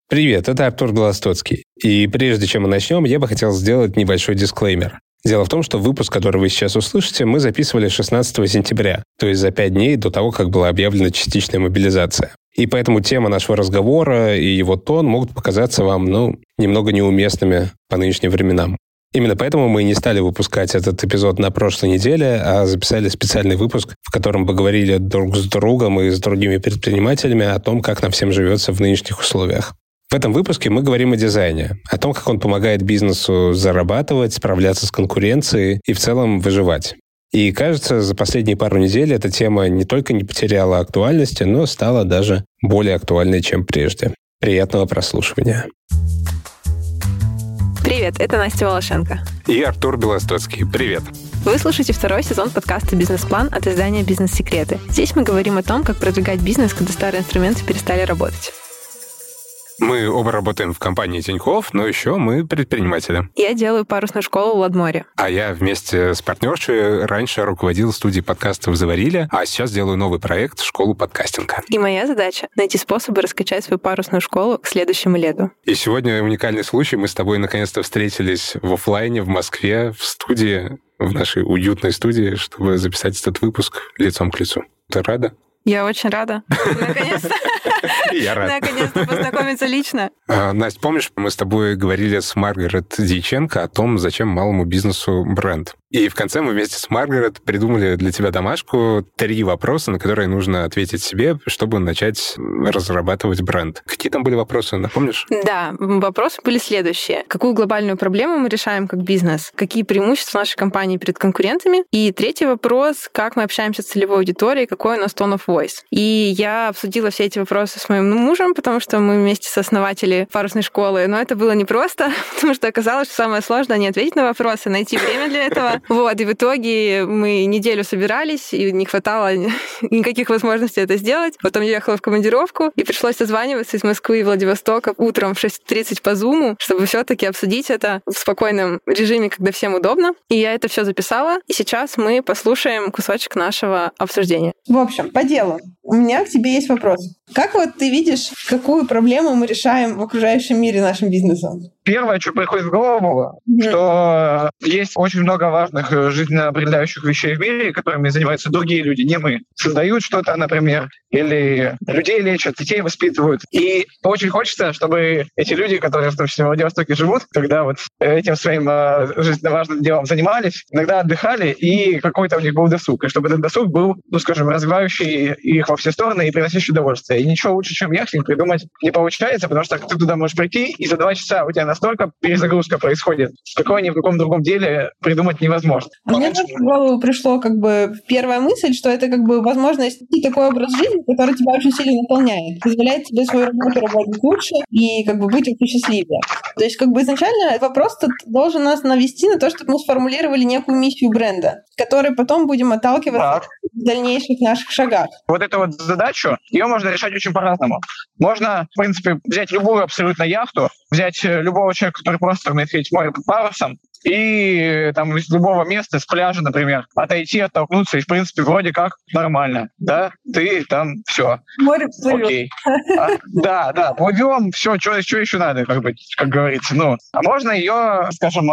Привет, это Артур Белостоцкий. И прежде чем мы начнем, я бы хотел сделать небольшой дисклеймер. Дело в том, что выпуск, который вы сейчас услышите, мы записывали 16 сентября, то есть за 5 дней до того, как была объявлена частичная мобилизация. И поэтому тема нашего разговора и его тон могут показаться вам, немного неуместными по нынешним временам. Именно поэтому мы не стали выпускать этот эпизод на прошлой неделе, а записали специальный выпуск, в котором поговорили друг с другом и с другими предпринимателями о том, как нам всем живется в нынешних условиях. В этом выпуске мы говорим о дизайне, о том, как он помогает бизнесу зарабатывать, справляться с конкуренцией и в целом выживать. И кажется, за последние пару недель эта тема не только не потеряла актуальности, но стала даже более актуальной, чем прежде. Приятного прослушивания. Привет, это Настя Волошенко. И Артур Белостоцкий. Привет. Вы слушаете второй сезон подкаста «Бизнес-план» от издания «Бизнес-секреты». Здесь мы говорим о том, как продвигать бизнес, когда старые инструменты перестали работать. Мы оба работаем в компании Тинькофф, но еще мы предприниматели. Я делаю парусную школу в Ладморе. А я вместе с партнершей раньше руководил студией подкастов «Заварили», а сейчас делаю новый проект «Школу подкастинга». И моя задача — найти способы раскачать свою парусную школу к следующему лету. И сегодня уникальный случай. Мы с тобой наконец-то встретились в офлайне в Москве, в студии, в нашей уютной студии, чтобы записать этот выпуск лицом к лицу. Ты рада? Я очень рада. Наконец-то. Я рад. Наконец-то познакомиться лично. Настя, помнишь, мы с тобой говорили с Маргарет Дьяченко о том, зачем малому бизнесу бренд? И в конце мы вместе с Маргарет придумали для тебя домашку 3 вопроса, на которые нужно ответить себе, чтобы начать разрабатывать бренд. Какие там были вопросы, напомнишь? Да, вопросы были следующие. Какую глобальную проблему мы решаем как бизнес? Какие преимущества нашей компании перед конкурентами? И 3-й вопрос, как мы общаемся с целевой аудиторией, какой у нас tone of voice? И я обсудила все эти вопросы с моим мужем, потому что мы вместе с основателями парусной школы, но это было непросто, потому что оказалось, что самое сложное не ответить на вопросы, найти время для этого. И в итоге мы неделю собирались, и не хватало никаких возможностей это сделать. Потом я ехала в командировку, и пришлось созваниваться из Москвы и Владивостока утром в 6:30 по Zoom, чтобы все-таки обсудить это в спокойном режиме, когда всем удобно. И я это все записала, и сейчас мы послушаем кусочек нашего обсуждения. В общем, по делу. У меня к тебе есть вопрос. Как ты видишь, какую проблему мы решаем в окружающем мире нашим бизнесом? Первое, что приходит в голову, что есть очень много важных жизненно определяющих вещей в мире, которыми занимаются другие люди, не мы. Создают что-то, например, или людей лечат, детей воспитывают. И очень хочется, чтобы эти люди, которые в том числе в Владивостоке живут, когда этим своим жизненно важным делом занимались, иногда отдыхали, и какой-то у них был досуг. И чтобы этот досуг был, развивающий их во все стороны и приносящий удовольствие. И ничего лучше, чем яхтинг, придумать не получается, потому что ты туда можешь прийти, и за 2 часа у тебя настолько перезагрузка происходит, какой ни в каком другом деле придумать невозможно. Мне тоже в голову пришло первая мысль, что это возможность найти такой образ жизни, который тебя очень сильно наполняет, позволяет тебе свою работу работать лучше и быть очень счастливее. То есть изначально вопрос тут должен нас навести на то, чтобы мы сформулировали некую миссию бренда, которой потом будем отталкиваться в дальнейших наших шагах. Эту задачу, ее можно решать очень по-разному. Можно, в принципе, взять любую абсолютно яхту, взять любого человека, который просто умеет ходить в море под парусом, и из любого места, с пляжа, например, отойти, оттолкнуться, и, в принципе, вроде как нормально, да? Ты там все. Море плывет. Окей. Да, плывем, все, что еще надо, как говорится. А можно ее,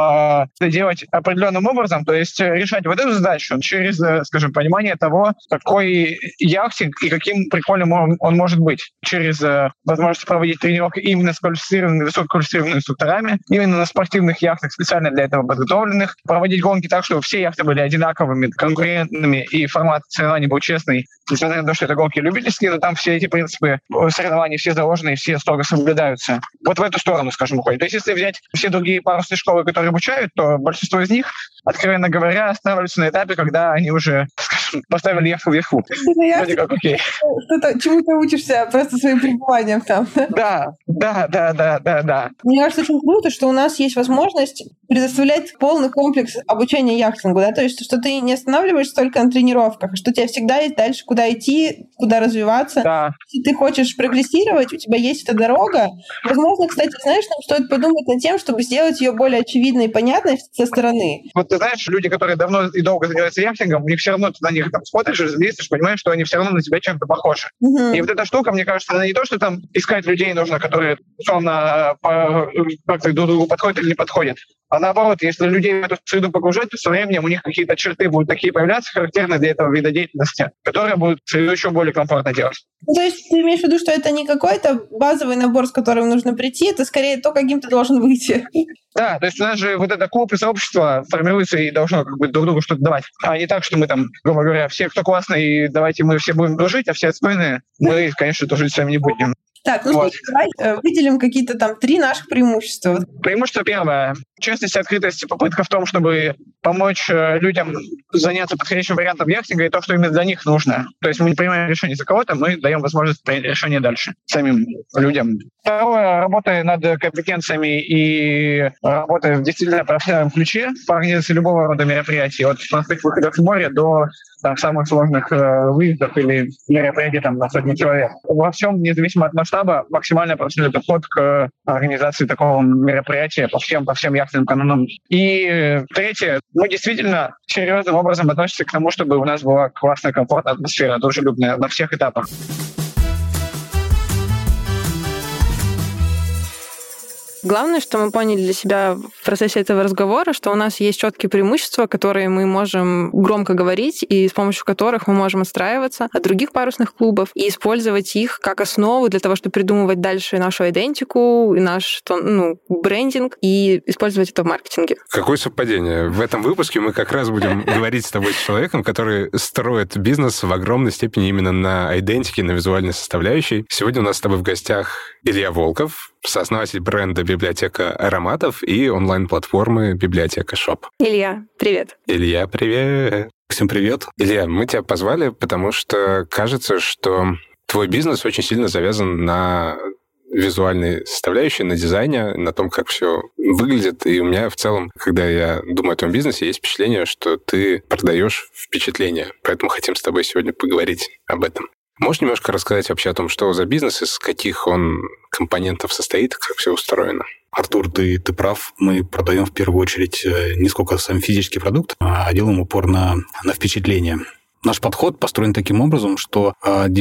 делать определенным образом, то есть решать эту задачу через, понимание того, какой яхтинг и каким прикольным он может быть. Через возможность проводить тренировки именно с квалифицированными, высококвалифицированными инструкторами, именно на спортивных яхтах, специально для этого подготовленных, проводить гонки так, чтобы все яхты были одинаковыми, конкурентными, и формат соревнований был честный, несмотря на то, что это гонки любительские, но там все эти принципы соревнований все заложены и все строго соблюдаются. В эту сторону, уходит. То есть если взять все другие парусные школы, которые обучают, то большинство из них, откровенно говоря, останавливаются на этапе, когда они уже, поставили яхту вверху. Вроде как окей. Чему ты учишься просто своим пребыванием там? Да. Мне кажется, очень круто, что у нас есть возможность предоставлять полный комплекс обучения яхтингу, да, то есть что ты не останавливаешься только на тренировках, что у тебя всегда есть дальше куда идти, куда развиваться. Да. Если ты хочешь прогрессировать, у тебя есть эта дорога. Возможно, кстати, знаешь, нам стоит подумать над тем, чтобы сделать ее более очевидной и понятной со стороны. Ты знаешь, люди, которые давно и долго занимаются яхтингом, у них все равно туда не них там смотришь, разлистываешь, понимаешь, что они все равно на тебя чем-то похожи. И вот эта штука, мне кажется, она не то, что там искать людей нужно, которые, условно, как-то друг другу подходят или не подходят, а наоборот, если людей в эту среду погружать, то со временем у них какие-то черты будут такие появляться, характерные для этого вида деятельности, которые будут среду еще более комфортно делать. То есть ты имеешь в виду, что это не какой-то базовый набор, с которым нужно прийти, это скорее то, каким ты должен выйти. Да, то есть у нас же вот это клуб и сообщество формируется и должно как бы друг другу что-то давать. А не так, что мы там, грубо говоря, все, кто классный, давайте мы все будем дружить, а все отстойные, мы, конечно, дружить с вами не будем. Так, ну вот. Давай выделим какие-то там 3 наших преимущества. Преимущество первое. Честность, открытость, попытка в том, чтобы помочь людям заняться подходящим вариантом яхтинга и то, что именно для них нужно. То есть мы не принимаем решение за кого-то, мы даем возможность принять решение дальше самим людям. Второе, работая над компетенциями и работая в действительно профессиональном ключе по организации любого рода мероприятий, от простых выходов в море до самых сложных выездов или мероприятий там, на сотни человек. Во всем, независимо от масштаба, максимально профессиональный подход к организации такого мероприятия по всем яхтенным канонам. И третье, мы действительно серьезным образом относимся к тому, чтобы у нас была классная, комфортная атмосфера, дружелюбная на всех этапах. Главное, что мы поняли для себя в процессе этого разговора, что у нас есть четкие преимущества, которые мы можем громко говорить и с помощью которых мы можем отстраиваться от других парусных клубов и использовать их как основу для того, чтобы придумывать дальше нашу идентику, наш брендинг и использовать это в маркетинге. Какое совпадение. В этом выпуске мы как раз будем говорить с тобой с человеком, который строит бизнес в огромной степени именно на идентике, на визуальной составляющей. Сегодня у нас с тобой в гостях Илья Волков, сооснователь бренда «Библиотека ароматов» и онлайн-платформы «Библиотека Шоп». Илья, привет. Илья, привет. Всем привет. Илья, мы тебя позвали, потому что кажется, что твой бизнес очень сильно завязан на визуальной составляющей, на дизайне, на том, как все выглядит. И у меня в целом, когда я думаю о твоем бизнесе, есть впечатление, что ты продаешь впечатление. Поэтому хотим с тобой сегодня поговорить об этом. Можешь немножко рассказать вообще о том, что за бизнес, из каких он компонентов состоит, как все устроено? Артур, ты прав. Мы продаем в первую очередь не сколько сам физический продукт, а делаем упор на впечатление. Наш подход построен таким образом, что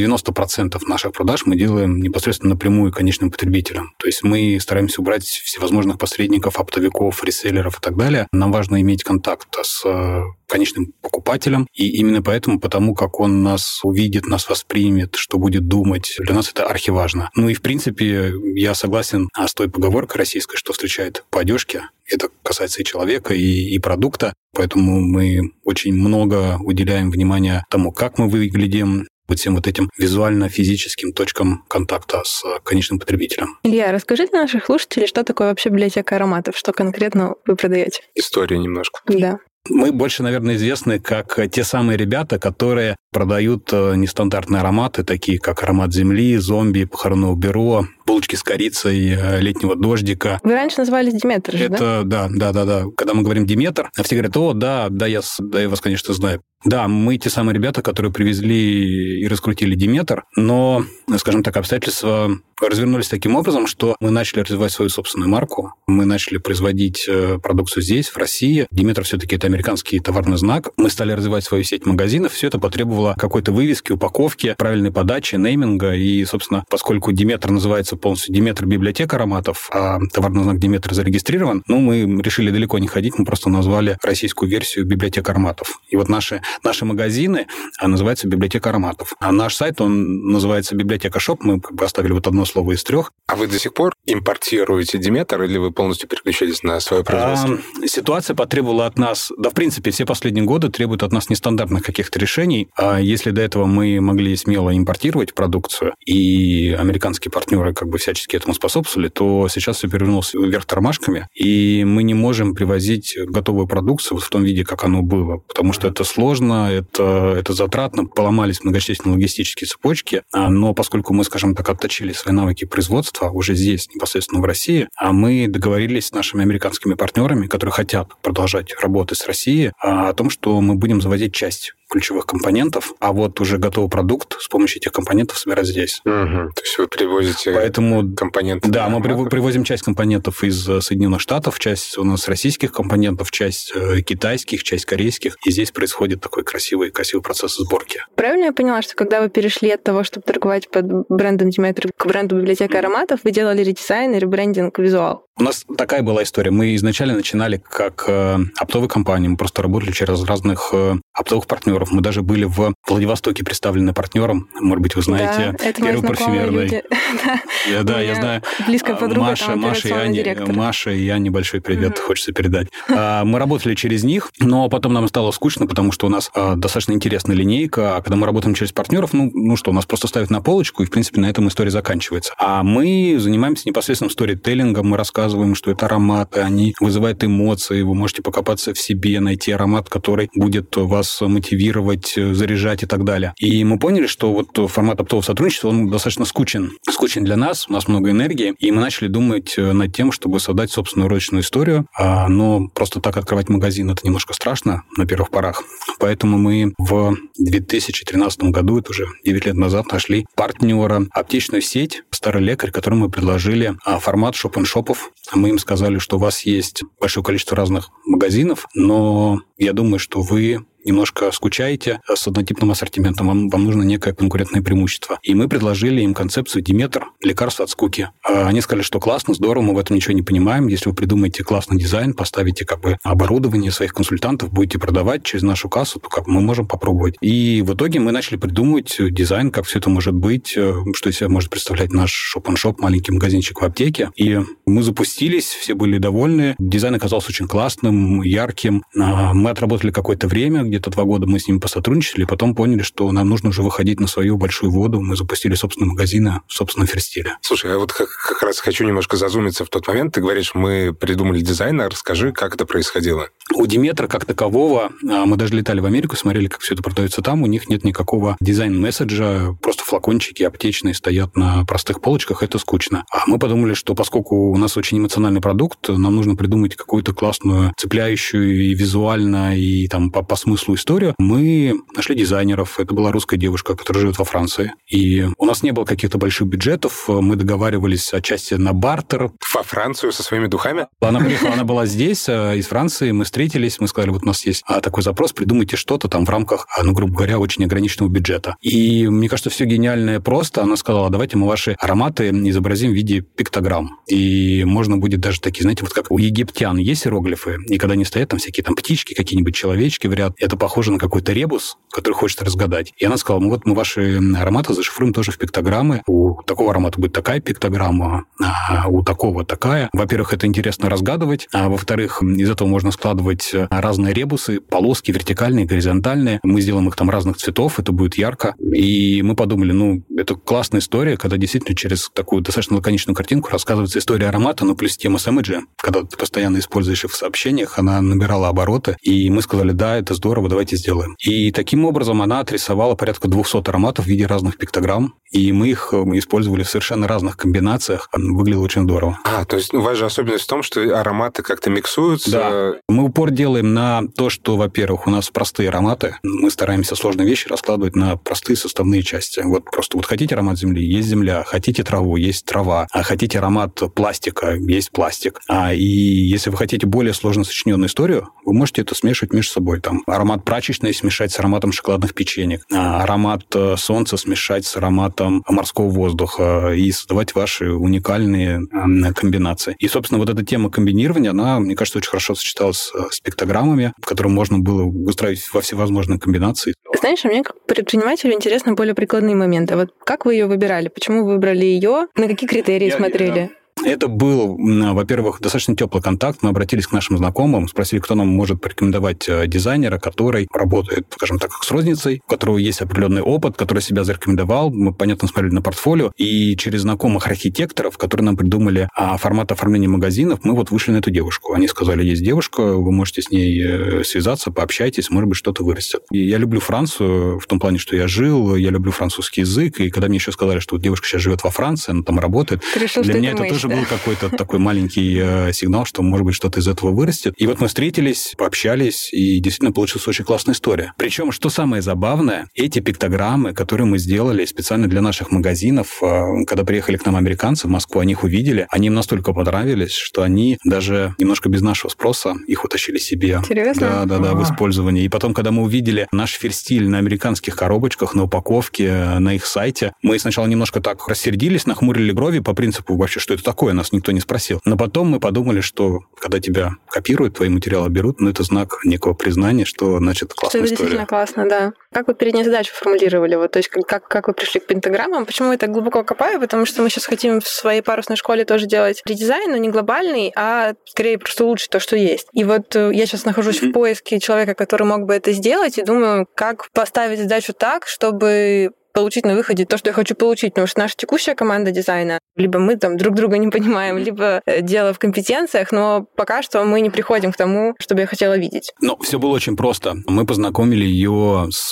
90% наших продаж мы делаем непосредственно напрямую конечным потребителям. То есть мы стараемся убрать всевозможных посредников, оптовиков, реселлеров и так далее. Нам важно иметь контакт с конечным покупателем, и именно потому как он нас увидит, нас воспримет, что будет думать, для нас это архиважно. Ну и, в принципе, я согласен с той поговоркой российской, что встречает по одежке. Это касается и человека, и продукта. Поэтому мы очень много уделяем внимания тому, как мы выглядим, всем вот этим визуально-физическим точкам контакта с конечным потребителем. Илья, расскажи для наших слушателей, что такое вообще библиотека ароматов, что конкретно вы продаете? Историю немножко. Да. Мы больше, наверное, известны как те самые ребята, которые продают нестандартные ароматы, такие как аромат земли, зомби, похоронного бюро, булочки с корицей, летнего дождика. Вы раньше назывались Диметр же, да? Да. Когда мы говорим Диметр, все говорят, я вас, конечно, знаю. Да, мы те самые ребята, которые привезли и раскрутили Диметр, но, скажем так, обстоятельства развернулись таким образом, что мы начали развивать свою собственную марку, мы начали производить продукцию здесь, в России. Диметр все-таки это американский товарный знак. Мы стали развивать свою сеть магазинов, все это потребовало какой-то вывески, упаковки, правильной подачи, нейминга, и, собственно, поскольку Диметр называется полностью Диметр Библиотека ароматов, а товарный знак Диметр зарегистрирован, мы решили далеко не ходить, мы просто назвали российскую версию Библиотека ароматов. И вот наши магазины называются Библиотека ароматов. А наш сайт, он называется Библиотека Шоп. Мы оставили вот одно слово из 3. А вы до сих пор импортируете Диметр или вы полностью переключились на свое производство? Ситуация потребовала от нас, в принципе, все последние годы требуют от нас нестандартных каких-то решений. Если до этого мы могли смело импортировать продукцию, и американские партнеры всячески этому способствовали, то сейчас все перевернулось вверх тормашками, и мы не можем привозить готовую продукцию в том виде, как оно было, потому что это сложно, это затратно, поломались многочисленные логистические цепочки, но поскольку мы, скажем так, отточили свои навыки производства уже здесь, непосредственно в России, мы договорились с нашими американскими партнерами, которые хотят продолжать работать с Россией, о том, что мы будем заводить часть ключевых компонентов, а вот уже готовый продукт с помощью этих компонентов собирать здесь. То есть вы привозите компоненты? Да, мы привозим часть компонентов из Соединенных Штатов, часть у нас российских компонентов, часть китайских, часть корейских, и здесь происходит такой красивый процесс сборки. Правильно я поняла, что когда вы перешли от того, чтобы торговать под брендом Demeter к бренду библиотека ароматов, вы делали редизайн и ребрендинг визуал? У нас такая была история. Мы изначально начинали как оптовая компания. Мы просто работали через разных оптовых партнеров. Мы даже были в Владивостоке представлены партнером. Может быть, вы знаете, да, это первый парфюмерный. Да, я знаю. Близкая подруга, Маша и Ане большой привет хочется передать. Мы работали через них, но потом нам стало скучно, потому что у нас достаточно интересная линейка. А когда мы работаем через партнеров, ну что, нас просто ставят на полочку, и, в принципе, на этом история заканчивается. А мы занимаемся непосредственно сторителлингом, мы рассказываем, что это ароматы, они вызывают эмоции, вы можете покопаться в себе, найти аромат, который будет вас мотивировать, заряжать и так далее. И мы поняли, что вот формат оптового сотрудничества, он достаточно скучен. Скучен для нас, у нас много энергии, и мы начали думать над тем, чтобы создать собственную розничную историю, но просто так открывать магазин, это немножко страшно на первых порах. Поэтому мы в 2013 году, это уже 9 лет назад, нашли партнера, аптечную сеть «Старый лекарь», которому мы предложили формат шоп-н-шопов. Мы им сказали, что у вас есть большое количество разных магазинов, но я думаю, что вы немножко скучаете с однотипным ассортиментом, вам нужно некое конкурентное преимущество. И мы предложили им концепцию Demeter «Лекарство от скуки». Они сказали, что классно, здорово, мы в этом ничего не понимаем. Если вы придумаете классный дизайн, поставите оборудование своих консультантов, будете продавать через нашу кассу, то мы можем попробовать. И в итоге мы начали придумывать дизайн, как все это может быть, что из себя может представлять наш шоп-н-шоп, маленький магазинчик в аптеке. И мы запустились, все были довольны. Дизайн оказался очень классным, ярким. Мы отработали какое-то время, где-то 2 года мы с ними посотрудничали, потом поняли, что нам нужно уже выходить на свою большую воду. Мы запустили собственные магазины в собственном ферстиле. Слушай, я вот как раз хочу немножко зазумиться в тот момент. Ты говоришь, мы придумали дизайн, а расскажи, как это происходило. У Demeter как такового, мы даже летали в Америку, смотрели, как все это продается там, у них нет никакого дизайн-месседжа, просто флакончики аптечные стоят на простых полочках, это скучно. А мы подумали, что поскольку у нас очень эмоциональный продукт, нам нужно придумать какую-то классную, цепляющую и визуально, и там по смыслу историю. Мы нашли дизайнеров, это была русская девушка, которая живет во Франции, и у нас не было каких-то больших бюджетов, мы договаривались отчасти на бартер. Во Францию со своими духами? Она приехала, она была здесь, из Франции, мы встретились, мы сказали, вот у нас есть такой запрос, придумайте что-то там в рамках, грубо говоря, очень ограниченного бюджета. И мне кажется, все гениальное просто. Она сказала, давайте мы ваши ароматы изобразим в виде пиктограмм. И можно будет даже такие, знаете, вот как у египтян есть иероглифы, и когда они стоят, там всякие там птички, какие-нибудь человечки в ряд, это похоже на какой-то ребус, который хочется разгадать. И она сказала, вот мы ваши ароматы зашифруем тоже в пиктограммы. У такого аромата будет такая пиктограмма, а у такого такая. Во-первых, это интересно разгадывать, а во-вторых, из этого можно складывать разные ребусы, полоски вертикальные, горизонтальные. Мы сделаем их там разных цветов, это будет ярко. И мы подумали, это классная история, когда действительно через такую достаточно лаконичную картинку рассказывается история аромата, плюс тема с эмоджи. Когда ты постоянно используешь их в сообщениях, она набирала обороты, и мы сказали, да, это здорово, давайте сделаем. И таким образом она отрисовала порядка 200 ароматов в виде разных пиктограмм, и мы их использовали в совершенно разных комбинациях. Выглядело очень здорово. То есть у вас же особенность в том, что ароматы как-то миксуются? Да. Мы упор делаем на то, что, во-первых, у нас простые ароматы. Мы стараемся сложные вещи раскладывать на простые составные части. Вот просто хотите аромат земли, есть земля. Хотите траву, есть трава. А хотите аромат пластика, есть пластик. И если вы хотите более сложно сочиненную историю, вы можете это смешивать между собой. Там аромат прачечной смешать с ароматом шоколадных печенек. Аромат солнца смешать с ароматом морского воздуха и создавать ваши уникальные комбинации. И, собственно, вот эта тема комбинирования, она, мне кажется, очень хорошо сочеталась с пиктограммами, в котором можно было выстраивать во всевозможные комбинации. Знаешь, мне как предпринимателю интересны более прикладные моменты. Вот как вы ее выбирали? Почему вы выбрали ее? На какие критерии смотрели? Это был, во-первых, достаточно теплый контакт. Мы обратились к нашим знакомым, спросили, кто нам может порекомендовать дизайнера, который работает, скажем так, с розницей, у которого есть определенный опыт, который себя зарекомендовал. Мы, понятно, смотрели на портфолио. И через знакомых архитекторов, которые нам придумали формат оформления магазинов, мы вышли на эту девушку. Они сказали, есть девушка, вы можете с ней связаться, пообщайтесь, может быть, что-то вырастет. И я люблю Францию в том плане, что я жил, я люблю французский язык, и когда мне еще сказали, что девушка сейчас живет во Франции, она там работает, для меня это тоже тоже был какой-то такой маленький сигнал, что, может быть, что-то из этого вырастет. И вот мы встретились, пообщались, и действительно получилась очень классная история. Причем, что самое забавное, эти пиктограммы, которые мы сделали специально для наших магазинов, когда приехали к нам американцы в Москву, они их увидели, они им настолько понравились, что они даже немножко без нашего спроса их утащили себе. Интересно. Да, в использование. И потом, когда мы увидели наш ферстиль на американских коробочках, на упаковке, на их сайте, мы сначала немножко так рассердились, нахмурили брови по принципу вообще, что это такое, нас никто не спросил. Но потом мы подумали, что когда тебя копируют, твои материалы берут, это знак некого признания, что, значит, классная история. Это действительно классно, да. Как вы перед ней задачу формулировали? Вот, то есть как вы пришли к пентаграммам? Почему я так глубоко копаю? Потому что мы сейчас хотим в своей парусной школе тоже делать редизайн, но не глобальный, а скорее просто улучшить то, что есть. И вот я сейчас нахожусь в поиске человека, который мог бы это сделать, и думаю, как поставить задачу так, чтобы получить на выходе то, что я хочу получить, потому что наша текущая команда дизайна, либо мы там друг друга не понимаем, либо дело в компетенциях, но пока что мы не приходим к тому, что бы я хотела видеть. Ну, все было очень просто. Мы познакомили ее с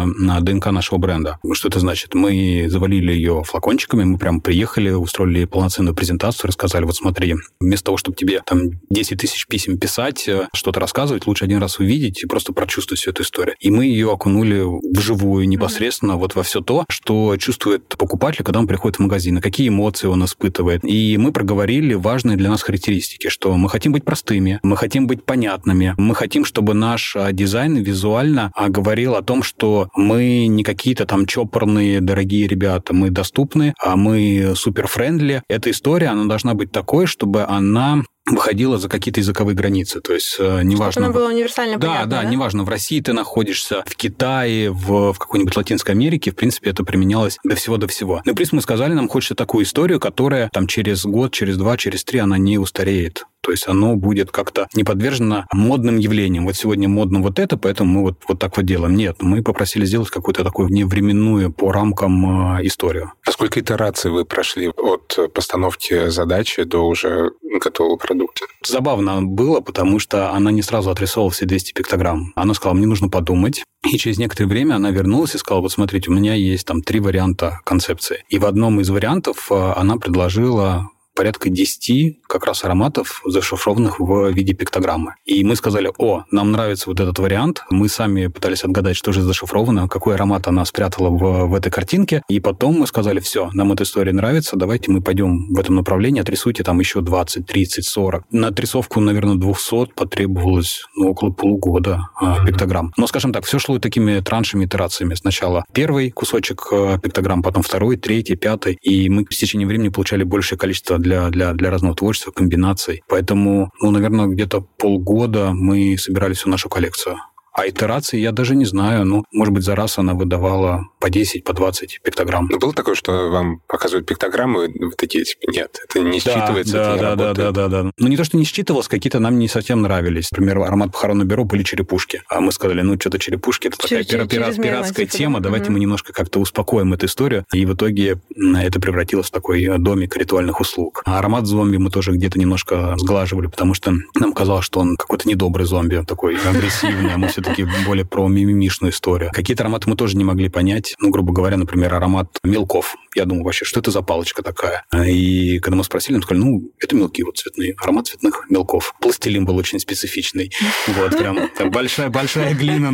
ДНК нашего бренда. Что это значит? Мы завалили ее флакончиками, мы прям приехали, устроили полноценную презентацию, рассказали, вот смотри, вместо того, чтобы тебе там 10 тысяч писем писать, что-то рассказывать, лучше один раз увидеть и просто прочувствовать всю эту историю. И мы ее окунули вживую, непосредственно вот во все то, что чувствует покупатель, когда он приходит в магазин, какие эмоции он испытывает. И мы проговорили важные для нас характеристики, что мы хотим быть простыми, мы хотим быть понятными, мы хотим, чтобы наш дизайн визуально говорил о том, что мы не какие-то там чопорные, дорогие ребята, мы доступны, а мы супер-френдли. Эта история, она должна быть такой, чтобы она выходила за какие-то языковые границы. То есть неважно... Чтобы она была универсально понятна, да? Да, неважно, в России ты находишься, в Китае, в какой-нибудь Латинской Америке, в принципе, это применялось до всего. Ну, плюс мы сказали, нам хочется такую историю, которая там через год, через 2, через 3, она не устареет. То есть оно будет как-то не подвержено модным явлениям. Вот сегодня модно вот это, поэтому мы вот так вот делаем. Нет, мы попросили сделать какую-то такую вневременную по рамкам историю. А сколько итераций вы прошли от постановки задачи до уже готового продукта? Забавно было, потому что она не сразу отрисовала все 200 пиктограмм. Она сказала, мне нужно подумать. И через некоторое время она вернулась и сказала, вот смотрите, у меня есть там 3 варианта концепции. И в одном из вариантов она предложила порядка 10 как раз ароматов, зашифрованных в виде пиктограммы. И мы сказали, нам нравится вот этот вариант. Мы сами пытались отгадать, что же зашифровано, какой аромат она спрятала в этой картинке. И потом мы сказали, все, нам эта история нравится, давайте мы пойдем в этом направлении, отрисуйте там еще 20, 30, 40. На отрисовку, наверное, 200 потребовалось около полугода пиктограмм. Но, скажем так, все шло такими траншами, итерациями. Сначала первый кусочек пиктограмм, потом второй, третий, пятый. И мы в течение времени получали большее количество для разного творчества, комбинаций. Поэтому, наверное, где-то полгода мы собирали всю нашу коллекцию. А итерации я даже не знаю. Может быть, за раз она выдавала по 10, по 20 пиктограмм. Но было такое, что вам показывают пиктограммы, вы такие, нет, это не считывается, это не работает? Да. Не то, что не считывалось, какие-то нам не совсем нравились. Например, аромат похоронного бюро были черепушки. А мы сказали, что-то черепушки, это такая пиратская тема, давайте мы немножко как-то успокоим эту историю. И в итоге это превратилось в такой домик ритуальных услуг. А аромат зомби мы тоже где-то немножко сглаживали, потому что нам казалось, что он какой-то недобрый зомби, такой агрессивный, а мы все-таки более про мимимишную историю. Какие-то ароматы мы тоже не могли понять. Грубо говоря, например, аромат мелков. Я думаю, вообще, что это за палочка такая? И когда мы спросили, мы сказали, это мелки цветные, аромат цветных мелков. Пластилин был очень специфичный. Вот, прям большая глина,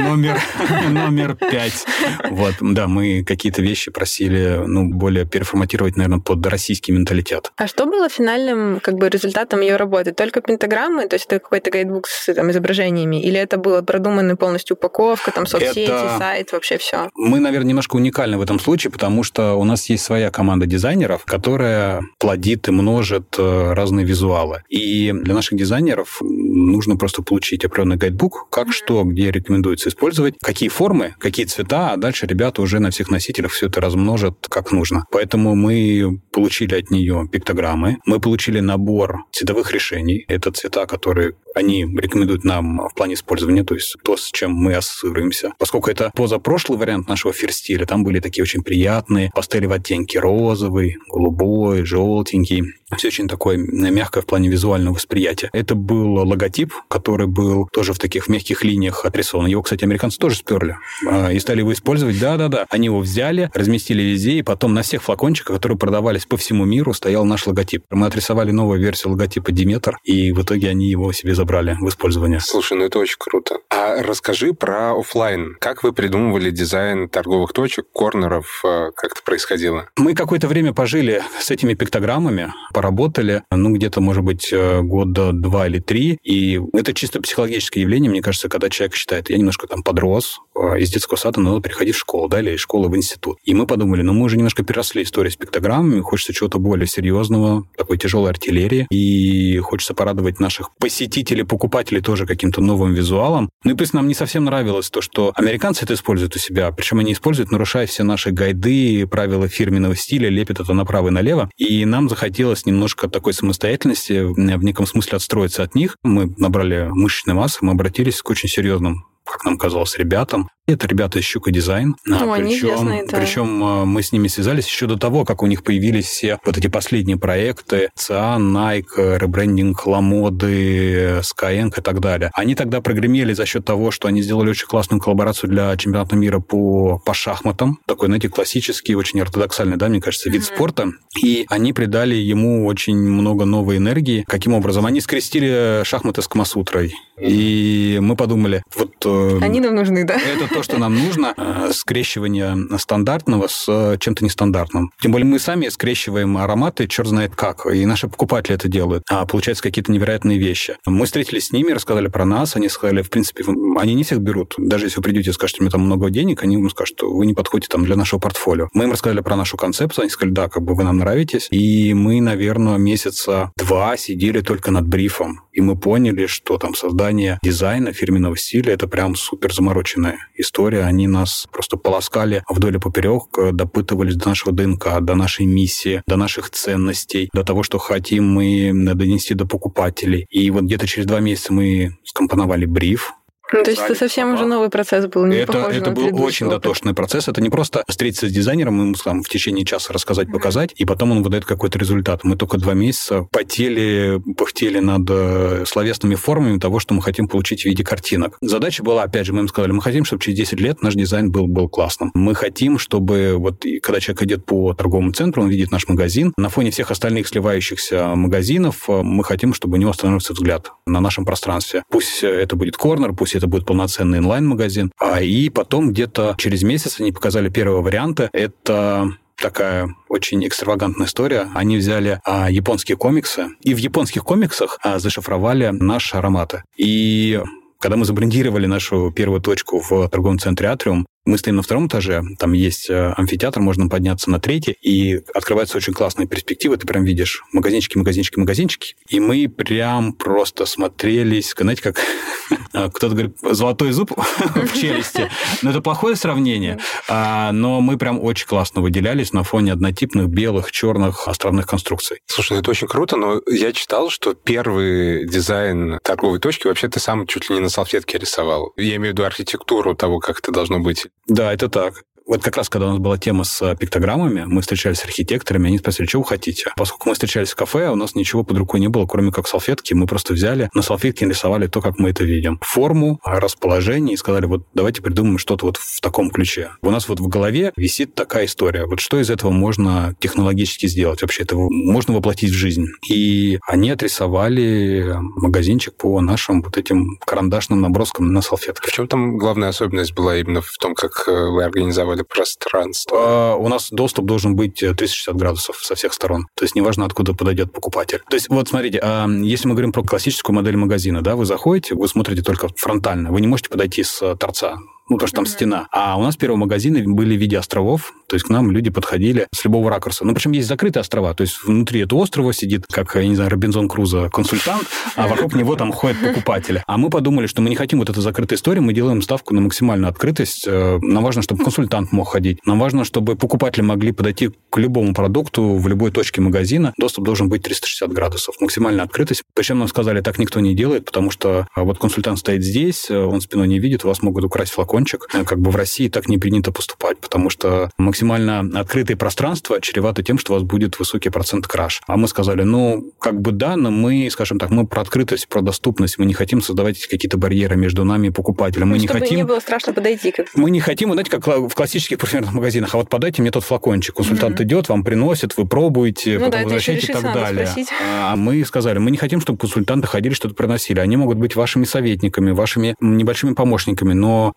номер 5. Вот, да, мы какие-то вещи просили, более переформатировать, наверное, под российский менталитет. А что было финальным, результатом ее работы? Только пентаграммы? То есть это какой-то гайдбук с изображениями? Или это было продуманная полностью упаковка, соцсети, сайт, вообще все? Мы, наверное, немножко уникальны в этом случае, потому что у нас есть своя команда дизайнеров, которая плодит и множит разные визуалы. И для наших дизайнеров нужно просто получить определенный гайдбук, как что, где рекомендуется использовать, какие формы, какие цвета, а дальше ребята уже на всех носителях все это размножат как нужно. Поэтому мы получили от нее пиктограммы, мы получили набор цветовых решений. Это цвета, которые они рекомендуют нам в плане использования, то есть то, с чем мы ассоциируемся. Поскольку это позапрошлый вариант нашего ферстиля, там были такие очень приятные пастели в оттенке розовый, голубой, желтенький. Все очень такое мягкое в плане визуального восприятия. Это был логотип, который был тоже в таких мягких линиях отрисован. Его, кстати, американцы тоже сперли и стали его использовать. Да-да-да. Они его взяли, разместили везде, и потом на всех флакончиках, которые продавались по всему миру, стоял наш логотип. Мы отрисовали новую версию логотипа Диметр, и в итоге они его себе забрали в использование. Слушай, ну это очень круто. А расскажи про офлайн. Как вы придумывали дизайн торговых точек, корнеров? Как это происходило? Мы какое-то время пожили с этими пиктограммами, поработали, где-то, может быть, года 2 или 3, и это чисто психологическое явление, мне кажется, когда человек считает, я немножко там подрос, из детского сада надо переходить в школу, да, или из школы в институт. И мы подумали, мы уже немножко переросли историю с пиктограммами, хочется чего-то более серьезного, такой тяжелой артиллерии, и хочется порадовать наших посетителей, покупателей тоже каким-то новым визуалом. Ну и плюс нам не совсем нравилось то, что американцы это используют у себя, причем они используют, нарушая все наши гайды, правила фирменного стиля, лепят это направо и налево, и нам захотелось немножко такой самостоятельности, в неком смысле отстроиться от них. Мы набрали мышечной массы, мы обратились к очень серьезным, как нам казалось, ребятам. Это ребята из Щука Дизайн. Причем мы с ними связались еще до того, как у них появились все вот эти последние проекты. Циан, Nike, ребрендинг Ламоды, Skyeng и так далее. Они тогда прогремели за счет того, что они сделали очень классную коллаборацию для чемпионата мира по шахматам. Такой, знаете, классический, очень ортодоксальный, да, мне кажется, вид спорта. И они придали ему очень много новой энергии. Каким образом? Они скрестили шахматы с Камасутрой. И мы подумали, они нам нужны, да? Это то, что нам нужно, скрещивание стандартного с чем-то нестандартным. Тем более мы сами скрещиваем ароматы, черт знает как, и наши покупатели это делают. А получаются какие-то невероятные вещи. Мы встретились с ними, рассказали про нас, они сказали, в принципе, они не всех берут. Даже если вы придете и скажете, мне там много денег, они вам скажут, что вы не подходите там для нашего портфолио. Мы им рассказали про нашу концепцию, они сказали, да, вы нам нравитесь. И мы, наверное, месяца 2 сидели только над брифом. И мы поняли, что там создание дизайна, фирменного стиля, это прям супер замороченная история. Они нас просто полоскали вдоль и поперек, допытывались до нашего ДНК, до нашей миссии, до наших ценностей, до того, что хотим мы донести до покупателей. И вот где-то через 2 месяца мы скомпоновали бриф. То есть это совсем уже новый процесс был, не похожий Это был очень дотошный процесс. Это не просто встретиться с дизайнером, ему там в течение часа рассказать, показать, и потом он выдает какой-то результат. Мы только 2 месяца потели, пыхтели над словесными формами того, что мы хотим получить в виде картинок. Задача была, опять же, мы им сказали, мы хотим, чтобы через 10 лет наш дизайн был классным. Мы хотим, чтобы когда человек идет по торговому центру, он видит наш магазин, на фоне всех остальных сливающихся магазинов мы хотим, чтобы у него остановился взгляд на нашем пространстве. Пусть это будет корнер, пусть это будет полноценный онлайн-магазин. И потом где-то через месяц они показали первые варианты. Это такая очень экстравагантная история. Они взяли японские комиксы, и в японских комиксах зашифровали наши ароматы. И когда мы забрендировали нашу первую точку в торговом центре «Атриум», мы стоим на 2-м этаже, там есть амфитеатр, можно подняться на 3-й, и открываются очень классные перспективы, ты прям видишь магазинчики, и мы прям просто смотрелись, знаете, как кто-то говорит, золотой зуб в челюсти. Но это плохое сравнение, но мы прям очень классно выделялись на фоне однотипных белых, черных островных конструкций. Слушай, ну это очень круто, но я читал, что первый дизайн торговой точки вообще ты сам чуть ли не на салфетке рисовал. Я имею в виду архитектуру того, как это должно быть. Да, это так. Вот как раз, когда у нас была тема с пиктограммами, мы встречались с архитекторами, они спросили, что вы хотите. Поскольку мы встречались в кафе, у нас ничего под рукой не было, кроме как салфетки. Мы просто взяли, на салфетке нарисовали то, как мы это видим. Форму, расположение, и сказали, давайте придумаем что-то в таком ключе. У нас в голове висит такая история. Что из этого можно технологически сделать? Вообще это можно воплотить в жизнь. И они отрисовали магазинчик по нашим этим карандашным наброскам на салфетке. В чем там главная особенность была именно в том, как вы организовали пространство? У нас доступ должен быть 360 градусов со всех сторон. То есть неважно, откуда подойдет покупатель. То есть смотрите, если мы говорим про классическую модель магазина, да, вы заходите, вы смотрите только фронтально, вы не можете подойти с торца. Потому что там стена. А у нас первые магазины были в виде островов, то есть к нам люди подходили с любого ракурса. Причем есть закрытые острова, то есть внутри этого острова сидит, как, я не знаю, Робинзон Крузо консультант, а вокруг него там ходят покупатели. А мы подумали, что мы не хотим эту закрытую историю, мы делаем ставку на максимальную открытость. Нам важно, чтобы консультант мог ходить. Нам важно, чтобы покупатели могли подойти к любому продукту в любой точке магазина. Доступ должен быть 360 градусов. Максимальная открытость. Причем нам сказали, так никто не делает, потому что консультант стоит здесь, он спиной не видит, у вас могут украсть флакон флакончик. Как бы в России так не принято поступать, потому что максимально открытое пространство чревато тем, что у вас будет высокий процент краш. А мы сказали, да, но мы, скажем так, мы про открытость, про доступность, мы не хотим создавать какие-то барьеры между нами и покупателем. Мы не хотим... не было страшно подойти. Мы не хотим, знаете, как в классических парфюмерных магазинах, а вот подайте мне тот флакончик. Консультант идет, вам приносит, вы пробуете, потом возвращаете и так далее. А мы сказали, мы не хотим, чтобы консультанты ходили, что-то приносили. Они могут быть вашими советниками, вашими небольшими помощниками, но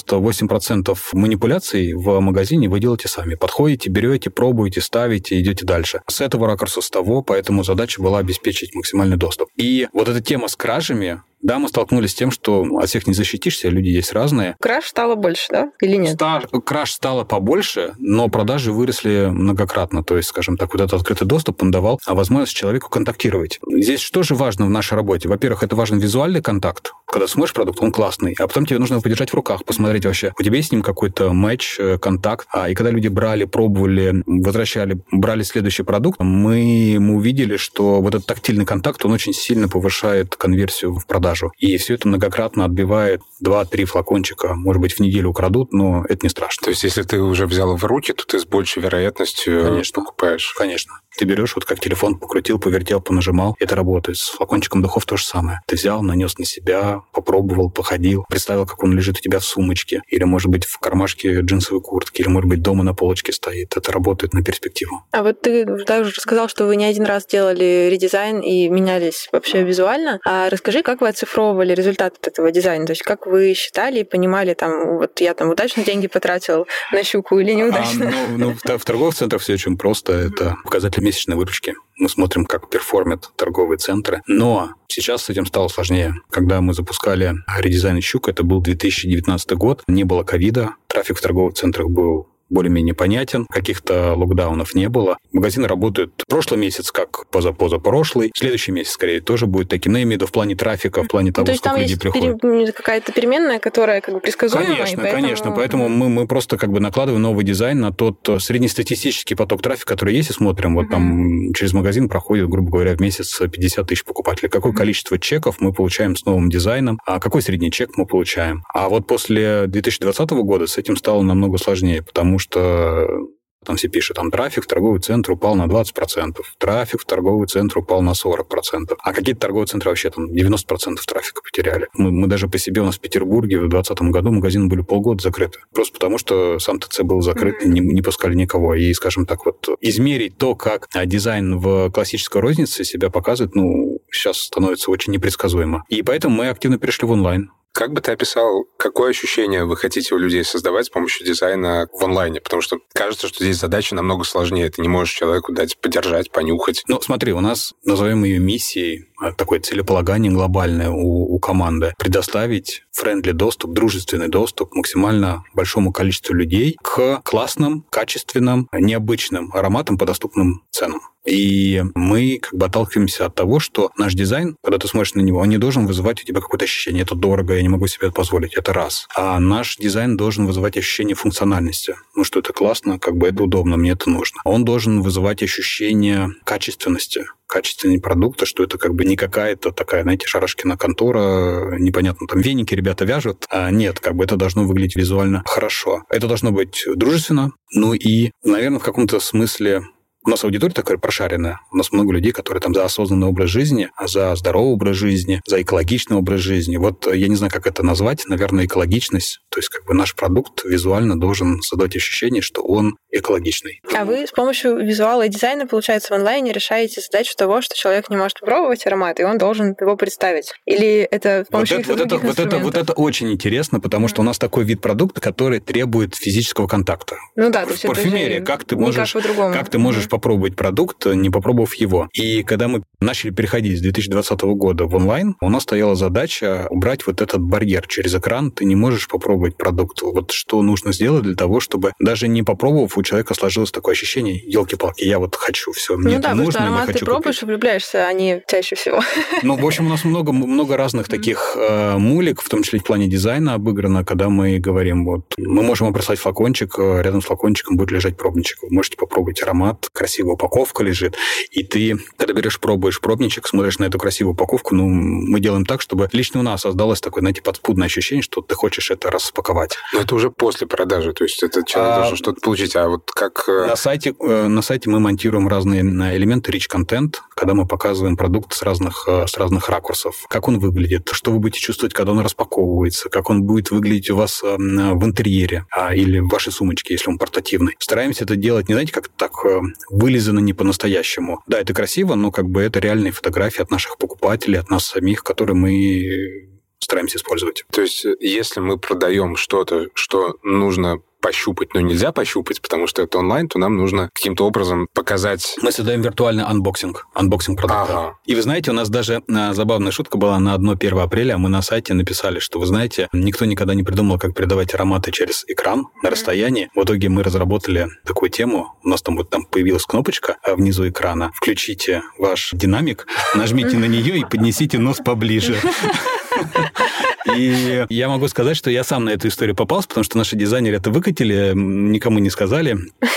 98% манипуляций в магазине вы делаете сами. Подходите, берете, пробуете, ставите, идете дальше. С этого ракурса, с того, поэтому задача была обеспечить максимальный доступ. И вот эта тема с кражами, да, мы столкнулись с тем, что от всех не защитишься, люди есть разные. Краж стало больше, да? Или нет? Краж стало побольше, но продажи выросли многократно. То есть, скажем так, вот этот открытый доступ, он давал возможность человеку контактировать. Здесь что же важно в нашей работе? Во-первых, это важен визуальный контакт. Когда смотришь продукт, он классный, а потом тебе нужно его подержать в руках, посмотреть вообще, у тебя есть с ним какой-то матч, контакт. И когда люди брали, пробовали, возвращали, брали следующий продукт, мы увидели, что вот этот тактильный контакт, он очень сильно повышает конверсию в продажу. И все это многократно отбивает 2-3 флакончика, может быть, в неделю украдут, но это не страшно. То есть, если ты уже взял в руки, то ты с большей вероятностью покупаешь. Конечно. Ты берешь, вот как телефон покрутил, повертел, понажимал. Это работает. С флакончиком духов то же самое. Ты взял, нанес на себя, попробовал, походил, представил, как он лежит у тебя в сумочке, или, может быть, в кармашке джинсовой куртки, или, может быть, дома на полочке стоит. Это работает на перспективу. А вот ты даже сказал, что вы не один раз делали редизайн и менялись вообще визуально. А расскажи, как вы оцифровывали результат от этого дизайна? То есть как вы считали и понимали, вот я удачно деньги потратил на щуку или неудачно? В торговых центрах все очень просто. Это показатель месячной выручки. Мы смотрим, как перформят торговые центры. Но сейчас с этим стало сложнее. Когда мы запускали редизайн щук, это был 2019 год, не было ковида, трафик в торговых центрах был более-менее понятен, каких-то локдаунов не было. Магазины работают прошлый месяц, как позапрошлый. Следующий месяц, скорее, тоже будет таким. Но я имею в виду в плане трафика, в плане того, сколько людей приходит. То есть там какая-то переменная, которая предсказуема. Конечно. Поэтому мы просто накладываем новый дизайн на тот среднестатистический поток трафика, который есть, и смотрим. Вот там через магазин проходит, грубо говоря, в месяц 50 тысяч покупателей. Какое количество чеков мы получаем с новым дизайном, а какой средний чек мы получаем. А вот после 2020 года с этим стало намного сложнее, потому что там все пишут, трафик в торговый центр упал на 20%, трафик в торговый центр упал на 40%, а какие-то торговые центры вообще 90% трафика потеряли. Мы даже по себе, у нас в Петербурге в 2020 году магазины были полгода закрыты, просто потому что сам ТЦ был закрыт, и не пускали никого. И, скажем так, измерить то, как дизайн в классической рознице себя показывает, сейчас становится очень непредсказуемо. И поэтому мы активно перешли в онлайн. Как бы ты описал, какое ощущение вы хотите у людей создавать с помощью дизайна в онлайне? Потому что кажется, что здесь задача намного сложнее. Ты не можешь человеку дать подержать, понюхать. Смотри, у нас, назовем ее миссией, такое целеполагание глобальное у команды. Предоставить френдли доступ, дружественный доступ максимально большому количеству людей к классным, качественным, необычным ароматам по доступным ценам. И мы отталкиваемся от того, что наш дизайн, когда ты смотришь на него, он не должен вызывать у тебя какое-то ощущение, это дорого, я не могу себе это позволить, это раз. А наш дизайн должен вызывать ощущение функциональности. Что это классно, это удобно, мне это нужно. Он должен вызывать ощущение качественности, качественные продукты, что это не какая-то такая, шарашкина контора, непонятно, там веники ребята вяжут. Нет, это должно выглядеть визуально хорошо. Это должно быть дружественно, и, наверное, в каком-то смысле у нас аудитория такая прошаренная. У нас много людей, которые за осознанный образ жизни, за здоровый образ жизни, за экологичный образ жизни. Я не знаю, как это назвать. Наверное, экологичность. То есть наш продукт визуально должен создать ощущение, что он экологичный. А вы с помощью визуала и дизайна, получается, в онлайне решаете задачу того, что человек не может попробовать аромат, и он должен его представить? Или это с помощью других инструментов? Вот это очень интересно, потому что у нас такой вид продукта, который требует физического контакта. То есть в парфюмерии как ты можешь попробовать продукт, не попробовав его. И когда мы начали переходить с 2020 года в онлайн, у нас стояла задача убрать этот барьер через экран. Ты не можешь попробовать продукт. Что нужно сделать для того, чтобы даже не попробовав, у человека сложилось такое ощущение, елки-палки, я хочу, все, мне это нужно, что аромат я хочу ты пробуешь купить. И влюбляешься, а не чаще всего. В общем, у нас много разных таких мулек, в том числе в плане дизайна обыграно, когда мы говорим, мы можем вам прислать флакончик, рядом с флакончиком будет лежать пробничек. Вы можете попробовать аромат, красивая упаковка лежит, и ты, когда берешь, пробуешь пробничек, смотришь на эту красивую упаковку, мы делаем так, чтобы лично у нас создалось такое, знаете, подспудное ощущение, что ты хочешь это распаковать. Но это уже после продажи, то есть этот человек должен что-то получить, а вот как... На сайте мы монтируем разные элементы rich content, когда мы показываем продукт с разных ракурсов. Как он выглядит, что вы будете чувствовать, когда он распаковывается, как он будет выглядеть у вас в интерьере или в вашей сумочке, если он портативный. Стараемся это делать, не знаете, как так вылизано не по-настоящему. Да, это красиво, но как бы это реальные фотографии от наших покупателей, от нас самих, которые мы стараемся использовать. То есть если мы продаем что-то, что нужно пощупать, но нельзя пощупать, потому что это онлайн, то нам нужно каким-то образом показать... Мы создаем виртуальный анбоксинг продукта. Ага. И вы знаете, у нас даже забавная шутка была на 1 апреля. Мы на сайте написали, что, вы знаете, никто никогда не придумал, как передавать ароматы через экран на расстоянии. В итоге мы разработали такую тему. У нас там появилась кнопочка внизу экрана. Включите ваш динамик, нажмите на нее и поднесите нос поближе. И я могу сказать, что я сам на эту историю попался, потому что наши дизайнеры это выкатили, никому не сказали.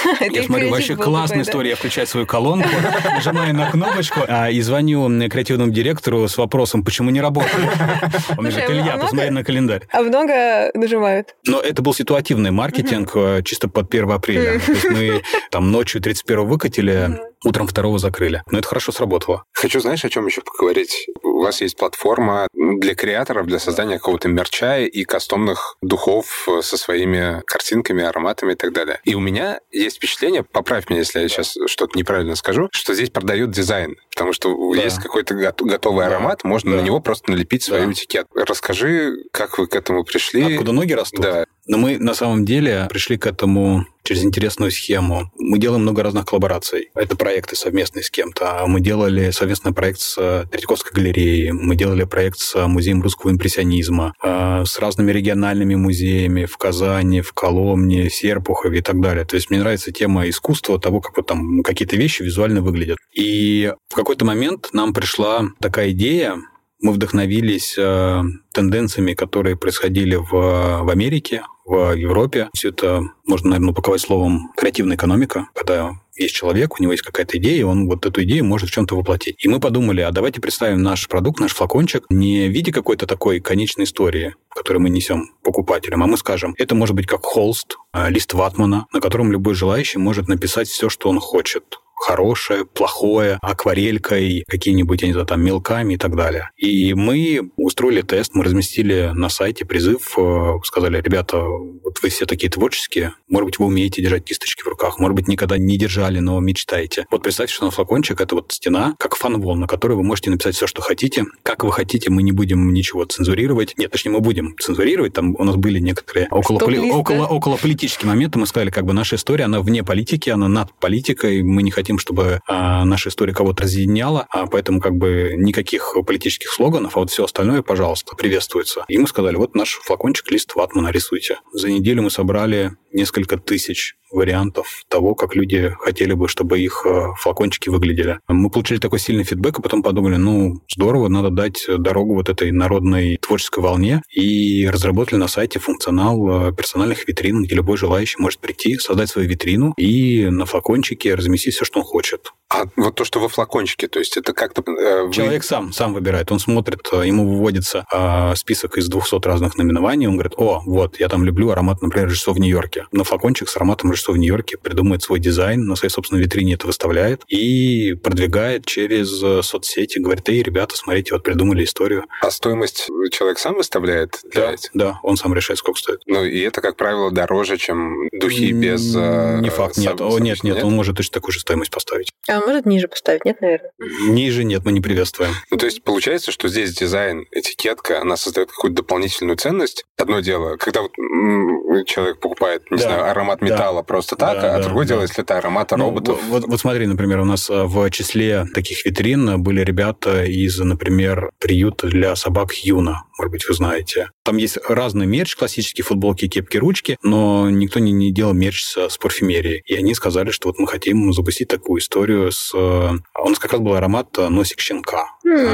Я смотрю, вообще классная история. Я включаю свою колонку, нажимаю на кнопочку и звоню креативному директору с вопросом, почему не работает. Он говорит, Илья, посмотри на календарь. А много нажимают? Но это был ситуативный маркетинг чисто под 1 апреля. То есть мы там ночью 31-го выкатили, утром 2-го закрыли. Но это хорошо сработало. Хочу, знаешь, о чем еще поговорить? У вас есть платформа для креаторов, для создания какого-то мерча и кастомных духов со своими картинками, ароматами и так далее. И у меня есть впечатление, поправь меня, если я сейчас что-то неправильно скажу, что здесь продают дизайн. Потому что есть какой-то готовый аромат, можно на него просто налепить свою этикетку. Расскажи, как вы к этому пришли. Откуда ноги растут? Да. Но мы на самом деле пришли к этому через интересную схему. Мы делаем много разных коллабораций. Это проекты совместные с кем-то. Мы делали совместный проект с Третьяковской галереей, мы делали проект с Музеем русского импрессионизма, с разными региональными музеями в Казани, в Коломне, Серпухове и так далее. То есть мне нравится тема искусства, того, как вот там какие-то вещи визуально выглядят. И в какой-то момент нам пришла такая идея, мы вдохновились тенденциями, которые происходили в Америке, в Европе. Все это можно, наверное, упаковать словом креативная экономика, когда есть человек, у него есть какая-то идея, и он вот эту идею может в чем-то воплотить. И мы подумали, а давайте представим наш продукт, наш флакончик не в виде какой-то такой конечной истории, которую мы несем покупателям, а мы скажем, это может быть как холст, лист ватмана, на котором любой желающий может написать все, что он хочет. Хорошее, плохое, акварелькой, какими-нибудь, я не знаю, там, мелками и так далее. И мы устроили тест, мы разместили на сайте призыв, сказали, ребята, вот вы все такие творческие, может быть, вы умеете держать кисточки в руках, может быть, никогда не держали, но мечтаете. Вот представьте, что на флакончик это вот стена, как фанвол, на которой вы можете написать все, что хотите. Как вы хотите, мы не будем ничего цензурировать. Нет, точнее, мы будем цензурировать. Там у нас были некоторые околополитические моменты. Мы сказали, как бы наша история, она вне политики, она над политикой. Мы не хотим, чтобы наша история кого-то разъединяла, поэтому как бы никаких политических слоганов, а вот все остальное, пожалуйста, приветствуется. И мы сказали, вот наш флакончик, лист ватмана, рисуйте. За неделю мы собрали несколько тысяч вариантов того, как люди хотели бы, чтобы их флакончики выглядели. Мы получили такой сильный фидбэк, а потом подумали, здорово, надо дать дорогу вот этой народной творческой волне, и разработали на сайте функционал персональных витрин, где любой желающий может прийти, создать свою витрину и на флакончике разместить все, что он хочет. А вот то, что во флакончике, то есть это как-то... Человек сам выбирает. Он смотрит, ему выводится список из 200 разных наименований, он говорит, вот, я там люблю аромат, например, Рождество в Нью-Йорке. На флакончик с ароматом Рождество в Нью-Йорке придумает свой дизайн, на своей собственной витрине это выставляет и продвигает через соцсети, говорит, ребята, смотрите, вот придумали историю. А стоимость человек сам выставляет? Да, он сам решает, сколько стоит. И это, как правило, дороже, чем духи без... Не факт, нет, он может точно такую же стоимость поставить. А он может ниже поставить, нет, наверное? Ниже нет, мы не приветствуем. То есть получается, что здесь дизайн, этикетка, она создает какую-то дополнительную ценность. Одно дело, когда вот человек покупает, не знаю, аромат металла просто так, другое дело, если это аромат роботов. Вот смотри, например, у нас в числе таких витрин были ребята из, например, приюта для собак Юна. Может быть, вы знаете. Там есть разный мерч, классические футболки, кепки, ручки, но никто не делал мерч с парфюмерией. И они сказали, что вот мы хотим запустить такую историю с... У нас как раз был аромат «Носик щенка».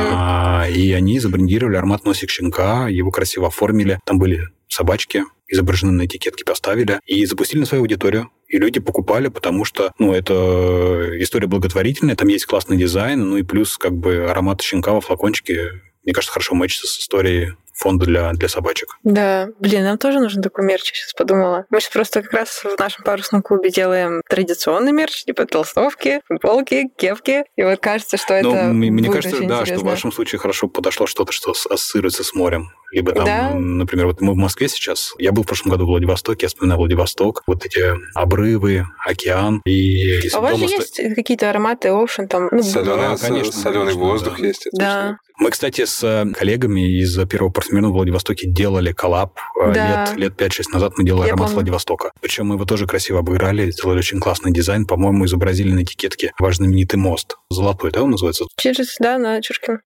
И они забрендировали аромат «Носик щенка», его красиво оформили. Там были собачки, изображены на этикетке, поставили и запустили на свою аудиторию. И люди покупали, потому что, это история благотворительная, там есть классный дизайн, и плюс аромат щенка во флакончике, мне кажется, хорошо мэчится с историей фонда для собачек. Да, нам тоже нужен такой мерч, я сейчас подумала. Мы сейчас просто как раз в нашем парусном клубе делаем традиционный мерч, типа толстовки, футболки, кепки, и вот кажется, что это мне будет кажется, очень да, интересно. что в вашем случае хорошо подошло что-то, что ассоциируется с морем. Либо там, например, вот мы в Москве сейчас, я был в прошлом году в Владивостоке, я вспоминаю Владивосток, вот эти обрывы, океан. И у вас же есть какие-то ароматы, ocean, там... Соленый воздух есть. Да. Мы, кстати, с коллегами из первого парфюмерного в Владивостоке делали коллаб. Лет 5-6 назад мы делали аромат Владивостока. Причем мы его тоже красиво обыграли, сделали очень классный дизайн. По-моему, изобразили на этикетке ваш знаменитый мост. Золотой, да, он называется? На Чуркина.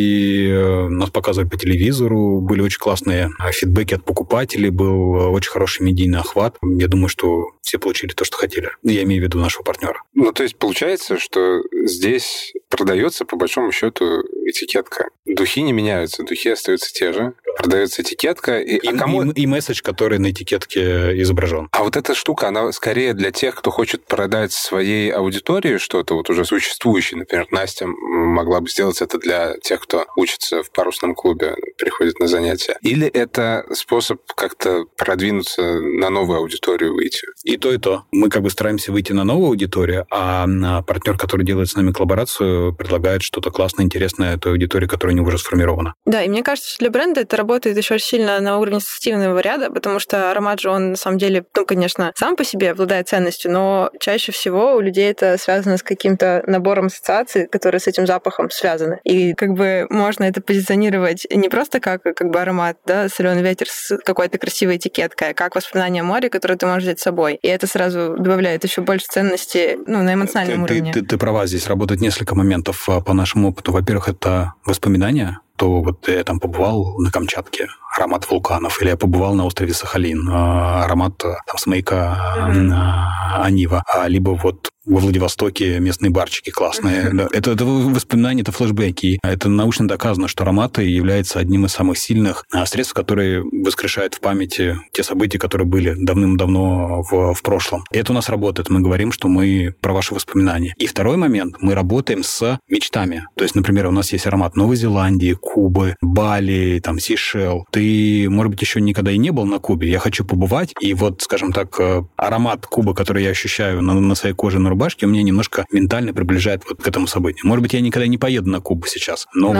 И нас показывали по телевизору, были очень классные фидбэки от покупателей, был очень хороший медийный охват. Я думаю, что все получили то, что хотели. Я имею в виду нашего партнера. То есть получается, что здесь продается, по большому счету, этикетка. Духи не меняются, духи остаются те же. Продается этикетка. И месседж, который на этикетке изображен. А вот эта штука, она скорее для тех, кто хочет продать своей аудитории что-то, вот уже существующее. Например, Настя могла бы сделать это для тех, кто учится в парусном клубе, приходит на занятия. Или это способ как-то продвинуться на новую аудиторию, выйти? И то, и то. Мы стараемся выйти на новую аудиторию, а партнер, который делает с нами коллаборацию, предлагает что-то классное, интересное той аудитории, которая у него уже сформирована. Да, и мне кажется, что для бренда это работает еще очень сильно на уровне ассоциативного ряда, потому что аромат же, он на самом деле, конечно, сам по себе обладает ценностью, но чаще всего у людей это связано с каким-то набором ассоциаций, которые с этим запахом связаны. И можно это позиционировать не просто как аромат, да, соленый ветер с какой-то красивой этикеткой, а как воспоминание о море, которое ты можешь взять с собой. И это сразу добавляет еще больше ценности на эмоциональном уровне. Ты права, здесь работает несколько моментов по нашему опыту. Во-первых, это воспоминания, то я там побывал на Камчатке, аромат вулканов, или я побывал на острове Сахалин, аромат смейка Анива, либо во Владивостоке местные барчики классные. Это воспоминания, это флешбеки. Это научно доказано, что ароматы являются одним из самых сильных средств, которые воскрешают в памяти те события, которые были давным-давно в прошлом. И это у нас работает. Мы говорим, что мы про ваши воспоминания. И второй момент. Мы работаем с мечтами. То есть, например, у нас есть аромат Новой Зеландии, Кубы, Бали, Сейшел. Ты, может быть, еще никогда и не был на Кубе. Я хочу побывать. И скажем так, аромат Кубы, который я ощущаю на своей коже, на рубашке, у меня немножко ментально приближает к этому событию. Может быть, я никогда не поеду на Кубу сейчас, но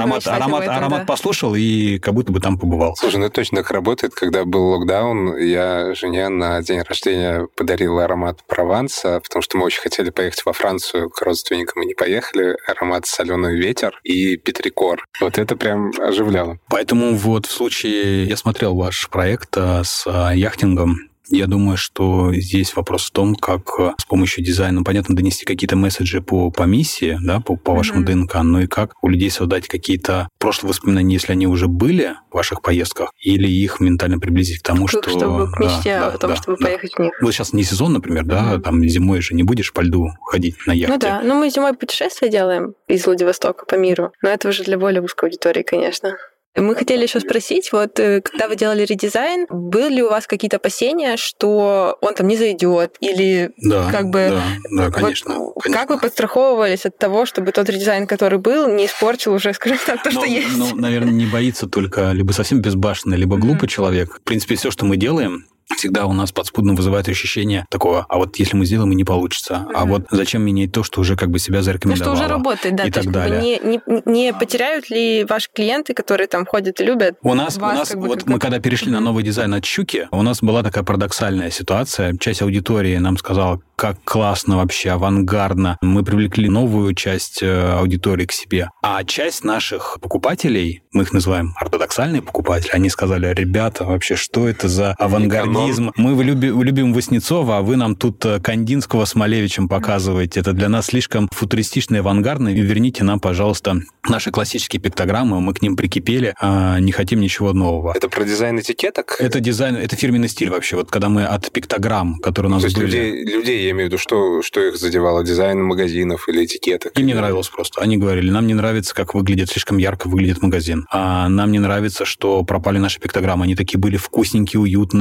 аромат послушал и как будто бы там побывал. Слушай, это точно так работает. Когда был локдаун, я жене на день рождения подарил аромат Прованса, потому что мы очень хотели поехать во Францию к родственникам и не поехали. Аромат «Соленый ветер» и «Петрикор». Это прям оживляло. Поэтому в случае... Я смотрел ваш проект с яхтингом. Я думаю, что здесь вопрос в том, как с помощью дизайна, понятно, донести какие-то месседжи по миссии, да, по вашему ДНК, но и как у людей создать какие-то прошлые воспоминания, если они уже были в ваших поездках, или их ментально приблизить к тому, что... Чтобы к мечте о том, чтобы поехать в них. Вот сейчас не сезон, например, да, там зимой же не будешь по льду ходить на яхте. Мы зимой путешествия делаем из Владивостока по миру, но это уже для более узкой аудитории, конечно. Мы хотели еще спросить, когда вы делали редизайн, были ли у вас какие-то опасения, что он там не зайдет, или да, конечно. Как вы подстраховывались от того, чтобы тот редизайн, который был, не испорчил уже, скажем так, то, что есть? Наверное, не боится только либо совсем безбашенный, либо глупый человек. В принципе, все, что мы делаем, всегда у нас подспудно вызывает ощущение такого, а если мы сделаем, и не получится. А зачем менять то, что уже себя зарекомендовало? То, что уже работает, да. И так далее. Не потеряют ли ваши клиенты, которые там ходят и любят? У нас мы когда перешли на новый дизайн от Щуки, у нас была такая парадоксальная ситуация. Часть аудитории нам сказала, как классно вообще, авангардно. Мы привлекли новую часть аудитории к себе. А часть наших покупателей, мы их называем ортодоксальные покупатели, они сказали, ребята, вообще, что это за авангардизм? Мы любим Васнецова, а вы нам тут Кандинского с Малевичем показываете. Это для нас слишком футуристично и авангардно. И верните нам, пожалуйста, наши классические пиктограммы. Мы к ним прикипели, не хотим ничего нового. Это про дизайн этикеток? Это дизайн, это фирменный стиль вообще. Когда мы от пиктограмм, которые у нас были... То есть людей, я имею в виду, что их задевало? Дизайн магазинов или этикеток? Им не нравилось просто. Они говорили, нам не нравится, как выглядит, слишком ярко выглядит магазин. А нам не нравится, что пропали наши пиктограммы. Они такие были вкусненькие, уютные. Это, вы знаете,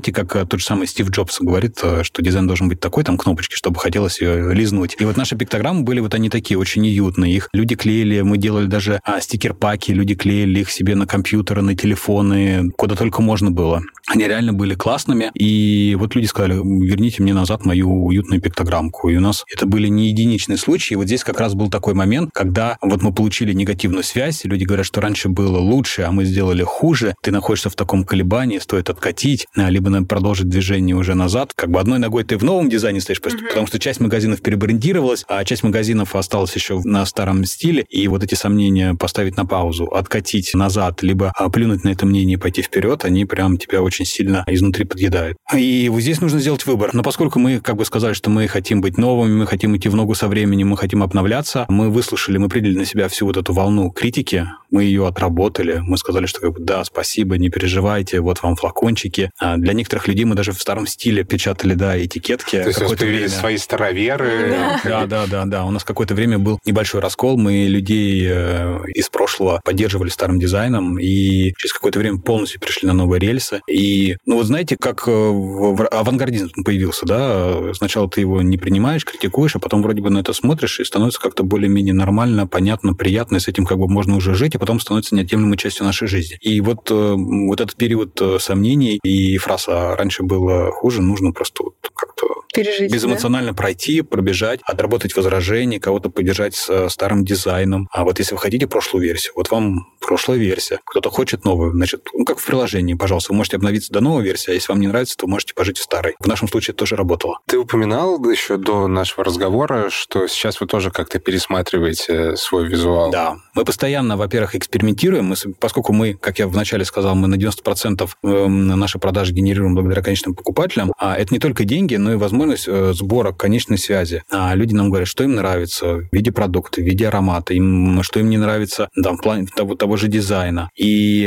знаете, как тот же самый Стив Джобс говорит, что дизайн должен быть такой, там кнопочки, чтобы хотелось ее лизнуть. И вот наши пиктограммы были вот они такие, очень уютные. Их люди клеили, мы делали даже стикер-паки, люди клеили их себе на компьютеры, на телефоны, куда только можно было. Они реально были классными. И вот люди сказали, верните мне назад мою уютную пиктограммку. И у нас это были не единичные случаи. И вот здесь как раз был такой момент, когда вот мы получили негативную связь, люди говорят, что раньше было лучше, а мы сделали хуже. Ты находишься в таком колебании, стоит откатить, либо продолжить движение уже назад. Как бы одной ногой ты в новом дизайне стоишь, потому что часть магазинов перебрендировалась, а часть магазинов осталась еще на старом стиле. И вот эти сомнения поставить на паузу, откатить назад, либо плюнуть на это мнение и пойти вперед, они прям тебя очень сильно изнутри подъедают. И вот здесь нужно сделать выбор. Но поскольку мы как бы сказали, что мы хотим быть новыми, мы хотим идти в ногу со временем, мы хотим обновляться, мы выслушали, мы приняли на себя всю вот эту волну критики, мы ее отработали, мы сказали, что как бы, да, спасибо, не переживайте, вот вам флакончики. А для некоторых людей мы даже в старом стиле печатали, да, этикетки. То есть у вас появились свои староверы. Да. У нас какое-то время был небольшой раскол, мы людей из прошлого поддерживали старым дизайном, и через какое-то время полностью перешли на новые рельсы. И, ну вот знаете, как авангардизм появился, да, сначала ты его не принимаешь, критикуешь, а потом вроде бы на это смотришь, и становится как-то более-менее нормально, понятно, приятно, и с этим как бы можно уже жить, и потом становится неотъемлемой частью нашей жизни. И вот этот период сомнений и фраза «раньше было хуже», нужно просто вот как-то пережить, безэмоционально пройти, пробежать, отработать возражения, кого-то поддержать с старым дизайном. А вот если вы хотите прошлую версию, вот вам прошлая версия. Кто-то хочет новую, значит, ну, как в приложении, пожалуйста, вы можете обновиться до новой версии, а если вам не нравится, то можете пожить в старой. В нашем случае это тоже работало. Ты упоминал еще до нашего разговора, что сейчас вы тоже как-то пересматриваете свой визуал. Да. Мы постоянно, во-первых, экспериментируем, поскольку мы, как я вначале сказал, мы на 90% наши продажи генерируем благодаря конечным покупателям, а это не только деньги, но и возможность сбора конечной связи. А люди нам говорят, что им нравится в виде продукта, в виде аромата, что им не нравится там, в плане того же дизайна. И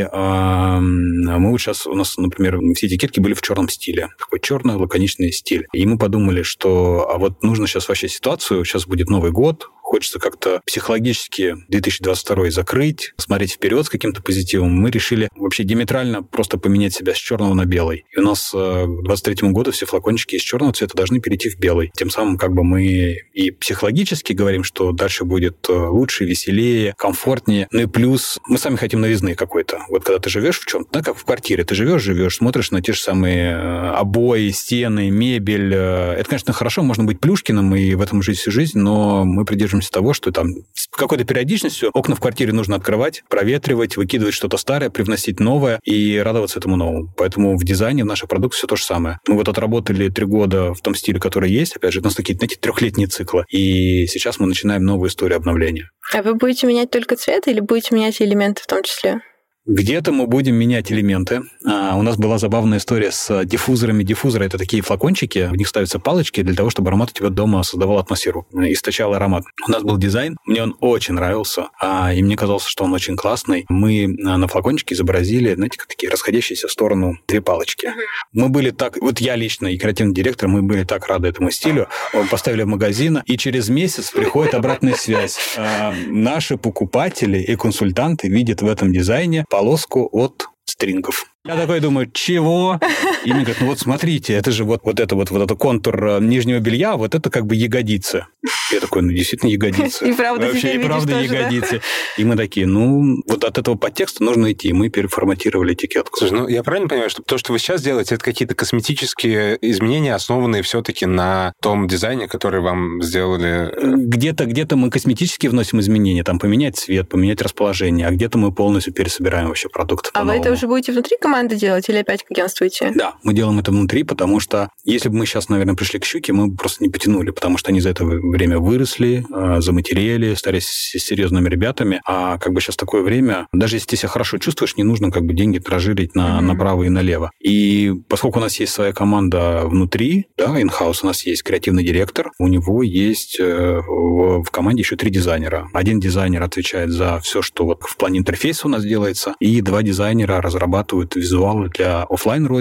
мы вот сейчас, у нас, например, все этикетки были в черном стиле. Такой черный лаконичный стиль. И мы подумали, что вот нужно сейчас вообще ситуацию, сейчас будет Новый год, хочется как-то психологически 2022 закрыть, смотреть вперед с каким-то позитивом. Мы решили вообще диаметрально просто поменять себя с черного на белый. И у нас к 2023 году все флакончики из черного цвета должны перейти в белый. Тем самым как бы мы и психологически говорим, что дальше будет лучше, веселее, комфортнее. Ну и плюс мы сами хотим новизны какой-то. Вот когда ты живешь в чем-то, да, как в квартире, ты живешь, смотришь на те же самые обои, стены, мебель. Это, конечно, хорошо, можно быть Плюшкиным и в этом жить всю жизнь, но мы придерживаемся того, что там с какой-то периодичностью окна в квартире нужно открывать, проветривать, выкидывать что-то старое, привносить новое и радоваться этому новому. Поэтому в дизайне, в наших продуктах все то же самое. Мы вот отработали 3 года в том стиле, который есть. Опять же, у нас такие, знаете, 3-летние циклы. И сейчас мы начинаем новую историю обновления. А вы будете менять только цвет или будете менять элементы в том числе? Где-то мы будем менять элементы. У нас была забавная история с диффузорами. Диффузоры — это такие флакончики, в них ставятся палочки для того, чтобы аромат у тебя дома создавал атмосферу, источал аромат. У нас был дизайн, мне он очень нравился, и мне казалось, что он очень классный. Мы на флакончике изобразили, знаете, как такие расходящиеся в сторону 2 палочки. Мы были так, вот я лично и креативный директор, мы были так рады этому стилю, поставили в магазин, и через месяц приходит обратная связь. Наши покупатели и консультанты видят в этом дизайне полоску от стрингов. Я такой думаю, чего? И мне говорят, ну вот смотрите, это же вот это контур нижнего белья, вот это как бы ягодицы. Я такой, ну действительно ягодицы. И правда вообще, и правда ягодицы. Да? И мы такие, ну вот от этого подтекста нужно идти. Мы переформатировали этикетку. Слушай, ну я правильно понимаю, что то, что вы сейчас делаете, это какие-то косметические изменения, основанные все-таки на том дизайне, который вам сделали? Где-то мы косметически вносим изменения, там поменять цвет, поменять расположение, а где-то мы полностью пересобираем вообще продукт. А вы это уже будете внутри команды делать или опять к агентству идти? Да, мы делаем это внутри, потому что если бы мы сейчас, наверное, пришли к Щуке, мы бы просто не потянули, потому что они за это время выросли, заматерели, стали серьезными ребятами, а как бы сейчас такое время, даже если ты себя хорошо чувствуешь, не нужно как бы деньги транжирить направо и налево. И поскольку у нас есть своя команда внутри, да, in-house, у нас есть креативный директор, у него есть в команде еще 3 дизайнера. 1 дизайнер отвечает за все, что вот в плане интерфейса у нас делается, и 2 дизайнера разрабатывают визуалы для офлайн-розницы, для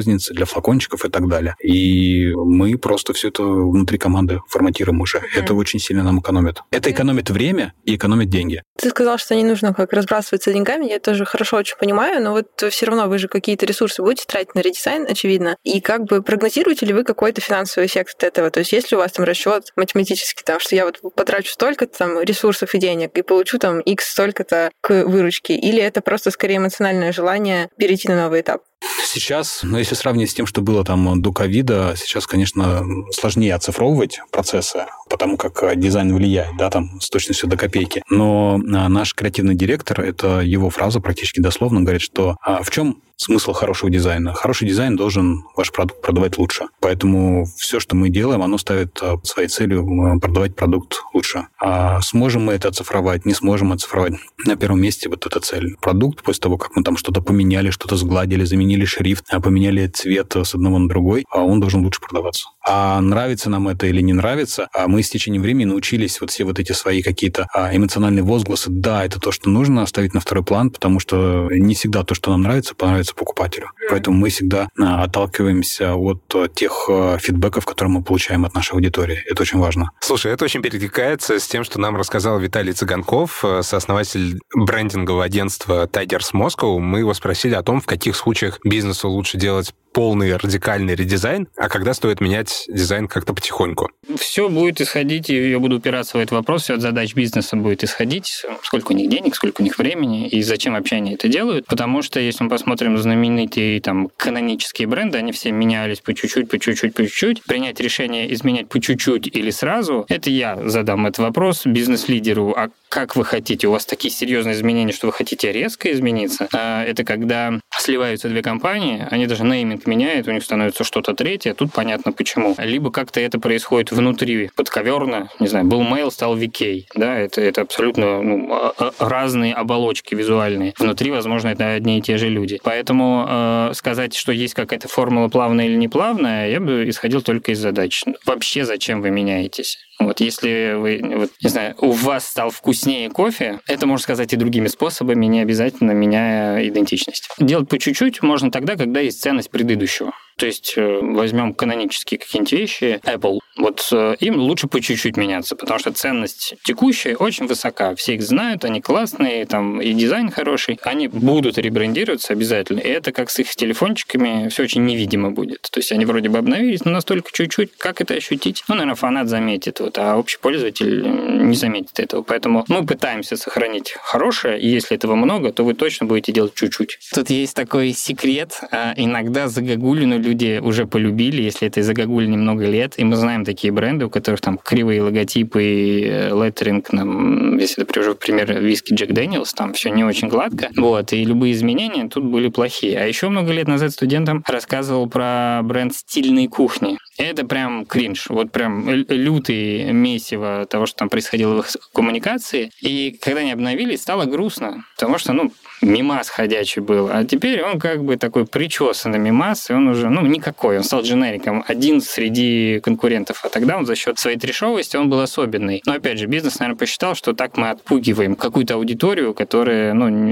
для флакончиков и так далее. И мы просто все это внутри команды форматируем уже. Это очень сильно нам экономит. Это экономит время и экономит деньги. Ты сказал, что не нужно как разбрасываться деньгами, я тоже хорошо очень понимаю, но вот все равно вы же какие-то ресурсы будете тратить на редизайн, очевидно. И как бы прогнозируете ли вы какой-то финансовый эффект от этого? То есть есть ли у вас там расчет математический, там, что я вот потрачу столько-то там ресурсов и денег и получу там X столько-то к выручке? Или это просто скорее эмоциональное желание перейти на новый этап? Сейчас, если сравнивать с тем, что было там до ковида, сейчас, конечно, сложнее оцифровывать процессы, потому как дизайн влияет, да, там, с точностью до копейки. Но наш креативный директор, это его фраза практически дословно, говорит, что в чем смысл хорошего дизайна? Хороший дизайн должен ваш продукт продавать лучше. Поэтому все, что мы делаем, оно ставит своей целью продавать продукт лучше. А сможем мы это оцифровать, не сможем оцифровать. На первом месте вот эта цель. Продукт, после того, как мы там что-то поменяли, что-то сгладили, заменили шрифт, поменяли цвет с одного на другой, он должен лучше продаваться. А нравится нам это или не нравится, мы с течением времени научились вот все вот эти свои какие-то эмоциональные возгласы, да, это то, что нужно оставить на второй план, потому что не всегда то, что нам нравится, понравится покупателю. Поэтому мы всегда отталкиваемся от тех фидбэков, которые мы получаем от нашей аудитории. Это очень важно. Слушай, это очень перекликается с тем, что нам рассказал Виталий Цыганков, сооснователь брендингового агентства Tigers Moscow. Мы его спросили о том, в каких случаях бизнесу лучше делать полный радикальный редизайн, а когда стоит менять дизайн как-то потихоньку. Все будет исходить, и я буду упираться в этот вопрос, все от задач бизнеса будет исходить, сколько у них денег, сколько у них времени, и зачем вообще они это делают. Потому что, если мы посмотрим знаменитые там канонические бренды, они все менялись по чуть-чуть. Принять решение изменять по чуть-чуть или сразу, это я задам этот вопрос бизнес-лидеру. А как вы хотите? У вас такие серьезные изменения, что вы хотите резко измениться? Это когда сливаются две компании, они даже нейминг меняют, у них становится что-то третье, тут понятно почему. Либо как-то это происходит внутри, подковерно, не знаю, был Mail, стал VK, да, это абсолютно разные оболочки визуальные. Внутри, возможно, это одни и те же люди. Поэтому сказать, что есть какая-то формула плавная или неплавная, я бы исходил только из задач. Вообще, зачем вы меняетесь? Вот если вы, не знаю, у вас стал вкуснее кофе, это можно сказать и другими способами, не обязательно меняя идентичность. Делать по чуть-чуть можно тогда, когда есть ценность предыдущего. То есть возьмем канонические какие-нибудь вещи, Apple, вот им лучше по чуть-чуть меняться, потому что ценность текущая очень высока. Все их знают, они классные, там и дизайн хороший. Они будут ребрендироваться обязательно. И это как с их телефончиками, все очень невидимо будет. То есть они вроде бы обновились, но настолько чуть-чуть, как это ощутить? Наверное, фанат заметит, а общий пользователь не заметит этого. Поэтому мы пытаемся сохранить хорошее, и если этого много, то вы точно будете делать чуть-чуть. Тут есть такой секрет. Иногда загогулину люди уже полюбили, если это загогуль немного лет, и мы знаем такие бренды, у которых там кривые логотипы и леттеринг, если это привожу пример виски Джек Дэниелс, там все не очень гладко, вот, и любые изменения тут были плохие. А еще много лет назад студентам рассказывал про бренд «Стильные кухни». Это прям кринж, вот прям лютый месиво того, что там происходило в их коммуникации, и когда они обновились, стало грустно, потому что, мимас ходячий был, а теперь он как бы такой причесанный мимас, и он уже, никакой, он стал дженериком, один среди конкурентов, а тогда он за счет своей трешовости, он был особенный. Но опять же, бизнес, наверное, посчитал, что так мы отпугиваем какую-то аудиторию, которая,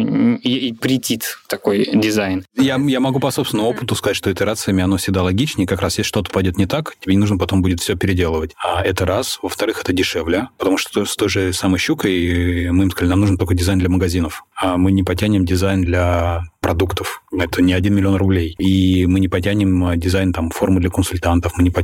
и претит такой дизайн. Я могу по собственному опыту сказать, что итерациями оно всегда логичнее, как раз если что-то пойдет не так, тебе не нужно потом будет все переделывать. А это раз. Во-вторых, это дешевле, потому что с той же самой щукой мы им сказали, нам нужен только дизайн для магазинов, а мы не потянем дизайн для продуктов. Это не 1 миллион рублей. И мы не потянем дизайн формы для консультантов, мы не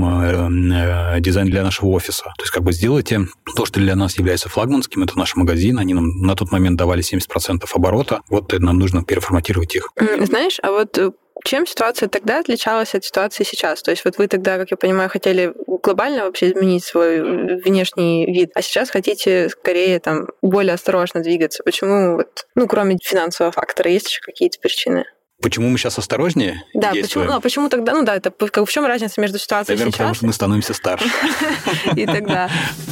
потянем дизайн для нашего офиса. То есть сделайте то, что для нас является флагманским, это наш магазин, они нам на тот момент давали 70% оборота, нам нужно переформатировать их. Знаешь, а вот чем ситуация тогда отличалась от ситуации сейчас? То есть вы тогда, как я понимаю, хотели глобально вообще изменить свой внешний вид, а сейчас хотите скорее более осторожно двигаться. Почему кроме финансового фактора, есть еще какие-то причины? Почему мы сейчас осторожнее? Да, почему тогда? Это в чем разница между ситуацией сейчас? Наверное, потому что мы становимся старше. И тогда...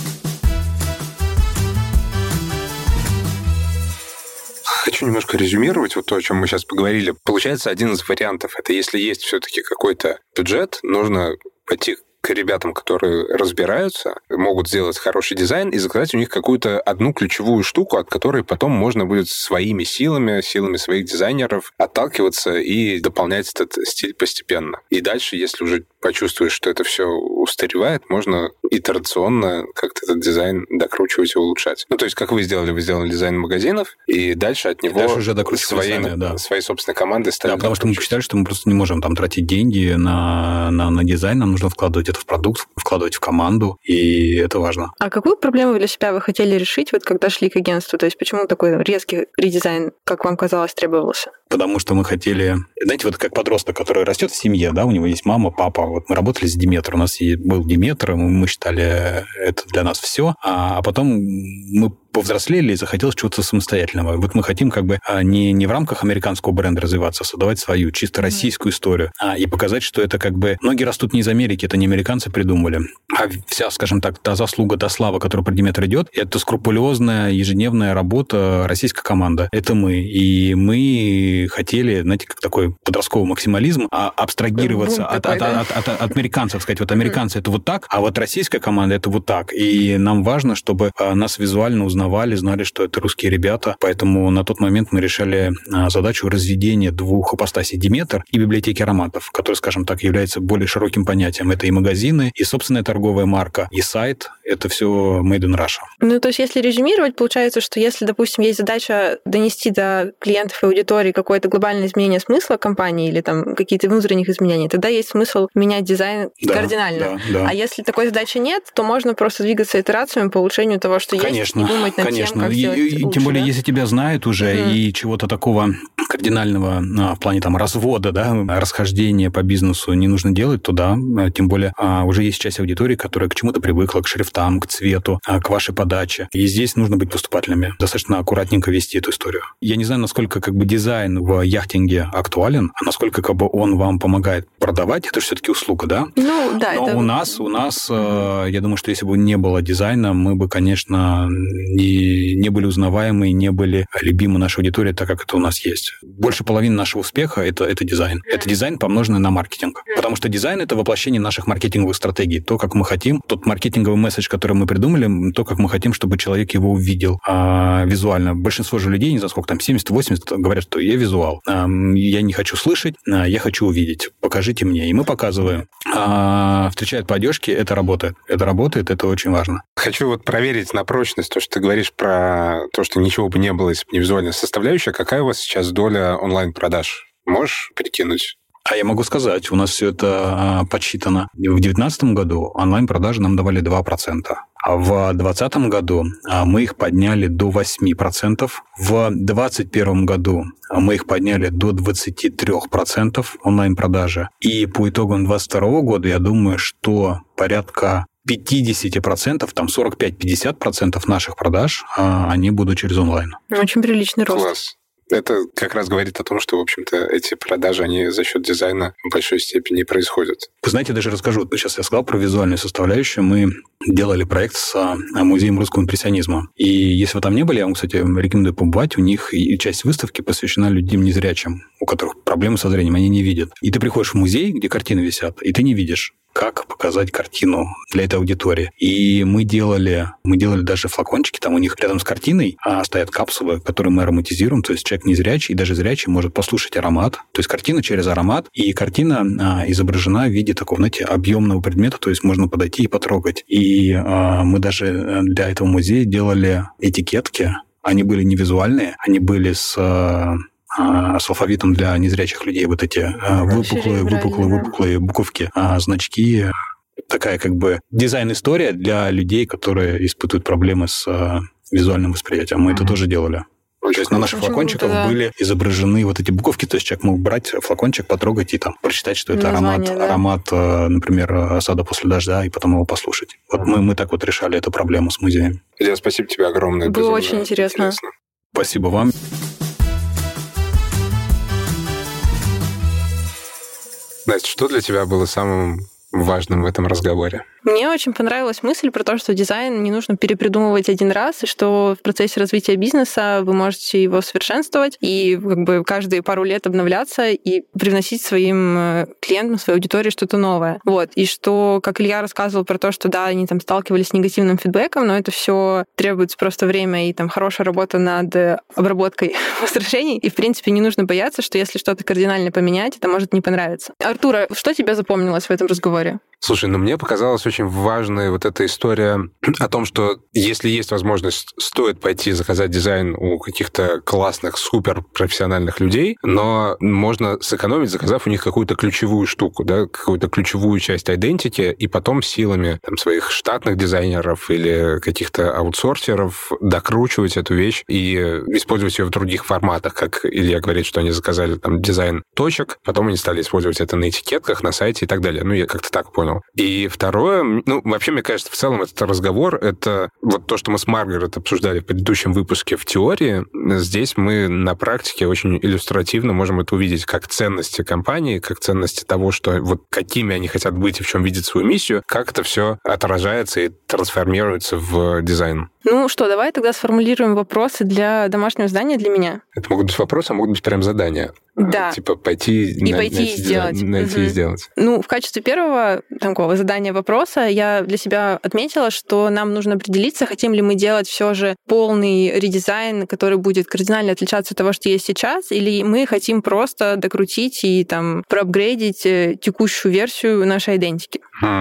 Хочу немножко резюмировать то, о чем мы сейчас поговорили. Получается, один из вариантов — это если есть все-таки какой-то бюджет, нужно пойти к ребятам, которые разбираются, могут сделать хороший дизайн и заказать у них какую-то одну ключевую штуку, от которой потом можно будет своими силами своих дизайнеров отталкиваться и дополнять этот стиль постепенно. И дальше, если уже почувствуешь, что это все устаревает, можно итерационно как-то этот дизайн докручивать и улучшать. Ну, то есть, как вы сделали дизайн магазинов, и дальше от него своей собственной команды стали. Да, потому что мы посчитали, что мы просто не можем там тратить деньги на дизайн, нам нужно вкладывать это в продукт, вкладывать в команду, и это важно. А какую проблему для себя вы хотели решить, вот когда шли к агентству? То есть, почему такой резкий редизайн, как вам казалось, требовался? Потому что мы хотели... Знаете, вот как подросток, который растет в семье, да, у него есть мама, папа. Вот мы работали с Диметр, у нас был Диметр, мы считали это для нас все, а потом мы повзрослели и захотелось чего-то самостоятельного. Вот мы хотим как бы не в рамках американского бренда развиваться, а создавать свою чисто российскую историю и показать, что это как бы... Ноги растут не из Америки, это не американцы придумали. А вся, скажем так, та заслуга, та слава, которая про Диметр идет, это скрупулезная ежедневная работа российской команды. Это мы. И мы хотели, знаете, как такой подростковый максимализм, абстрагироваться от американцев, сказать, вот американцы это вот так, а вот российская команда это вот так. И нам важно, чтобы нас визуально узнавали, знали, что это русские ребята. Поэтому на тот момент мы решали задачу разведения двух ипостасей: Диметр и библиотеки ароматов, которые, скажем так, являются более широким понятием. Это и магазины, и собственная торговая марка, и сайт. Это все made in Russia. Ну, то есть, если резюмировать, получается, что если, допустим, есть задача донести до клиентов и аудитории какое-то глобальное изменение смысла компании или там какие-то внутренних изменений, тогда есть смысл менять дизайн кардинально. Да. А если такой задачи нет, то можно просто двигаться итерациями по улучшению того, что есть, и думать над тем, как сделать лучше. Тем более, если тебя знают уже, и чего-то такого кардинального в плане там развода, да, расхождения по бизнесу не нужно делать, то да, тем более уже есть часть аудитории, которая к чему-то привыкла, к шрифтам, к цвету, к вашей подаче. И здесь нужно быть поступательными, достаточно аккуратненько вести эту историю. Я не знаю, насколько как бы дизайн в яхтинге актуален, а насколько как бы он вам помогает продавать, это же все-таки услуга, да? Ну, да. Но это... у нас, я думаю, что если бы не было дизайна, мы бы, конечно, не были узнаваемы, не были любимы нашей аудитории, так как это у нас есть. Больше половины нашего успеха – это дизайн. Это дизайн, помноженный на маркетинг. Потому что дизайн – это воплощение наших маркетинговых стратегий. То, как мы хотим, тот маркетинговый месседж, который мы придумали, то, как мы хотим, чтобы человек его увидел визуально. Большинство же людей, не знаю, сколько там, 70-80, говорят, что я визуал. Я не хочу слышать, я хочу увидеть. Покажите мне. И мы показываем. Встречают по одежке – это работает. Это работает, это очень важно. Хочу вот проверить на прочность то, что ты говоришь про то, что ничего бы не было, если бы не визуальная составляющая. Какая у вас сейчас доля онлайн-продаж? Можешь прикинуть? А я могу сказать, у нас все это подсчитано. В 2019 году онлайн-продажи нам давали 2%. А в 2020 году мы их подняли до 8%. В 2021 году мы их подняли до 23% онлайн-продажи. И по итогам 2022 года, я думаю, что порядка 50%, там 45-50% наших продаж, они будут через онлайн. Очень приличный рост. Класс. Это как раз говорит о том, что, в общем-то, эти продажи, они за счет дизайна в большой степени происходят. Вы знаете, даже расскажу. Сейчас я сказал про визуальную составляющую. Мы делали проект с Музеем русского импрессионизма. И если вы там не были, я вам, кстати, рекомендую побывать. У них и часть выставки посвящена людям незрячим, у которых проблемы со зрением, они не видят. И ты приходишь в музей, где картины висят, и ты не видишь, как показать картину для этой аудитории. И мы делали даже флакончики, там у них рядом с картиной стоят капсулы, которые мы ароматизируем, то есть человек незрячий, и даже зрячий может послушать аромат, то есть картина через аромат, и картина изображена в виде такого, знаете, объемного предмета, то есть можно подойти и потрогать. И мы даже для этого музея делали этикетки, они были не визуальные, они были с алфавитом для незрячих людей, вот эти выпуклые буковки, значки. Такая как бы дизайн-история для людей, которые испытывают проблемы с визуальным восприятием. Мы это тоже делали. То есть на наших флакончиках были изображены вот эти буковки, то есть человек мог брать флакончик, потрогать и там прочитать, что это аромат, например, сада после дождя, и потом его послушать. Вот мы так вот решали эту проблему с музеем. Илья, спасибо тебе огромное. Было очень интересно. Спасибо вам. Настя, что для тебя было самым важным в этом разговоре? Мне очень понравилась мысль про то, что дизайн не нужно перепридумывать один раз, и что в процессе развития бизнеса вы можете его совершенствовать и как бы каждые пару лет обновляться и привносить своим клиентам, своей аудитории что-то новое. Вот. И что, как Илья рассказывал про то, что да, они там сталкивались с негативным фидбэком, но это все требуется просто время и там хорошая работа над обработкой возражений. И, в принципе, не нужно бояться, что если что-то кардинально поменять, это может не понравиться. Артур, что тебе запомнилось в этом разговоре? Слушай, мне показалась очень важной вот эта история о том, что если есть возможность, стоит пойти заказать дизайн у каких-то классных, суперпрофессиональных людей, но можно сэкономить, заказав у них какую-то ключевую штуку, да, какую-то ключевую часть идентики, и потом силами там, своих штатных дизайнеров или каких-то аутсорсеров докручивать эту вещь и использовать ее в других форматах, как Илья говорит, что они заказали там дизайн точек, потом они стали использовать это на этикетках, на сайте и так далее. Я как-то так понял. И второе, вообще, мне кажется, в целом этот разговор, это вот то, что мы с Маргарет обсуждали в предыдущем выпуске в теории, здесь мы на практике очень иллюстративно можем это увидеть как ценности компании, как ценности того, что вот какими они хотят быть и в чем видят свою миссию, как это все отражается и трансформируется в дизайн. Давай тогда сформулируем вопросы для домашнего задания для меня. Это могут быть вопросы, а могут быть прям задания. Да. Типа пойти и сделать. Найти и сделать. В качестве первого такого задания вопроса я для себя отметила, что нам нужно определиться, хотим ли мы делать все же полный редизайн, который будет кардинально отличаться от того, что есть сейчас, или мы хотим просто докрутить и там проапгрейдить текущую версию нашей идентики.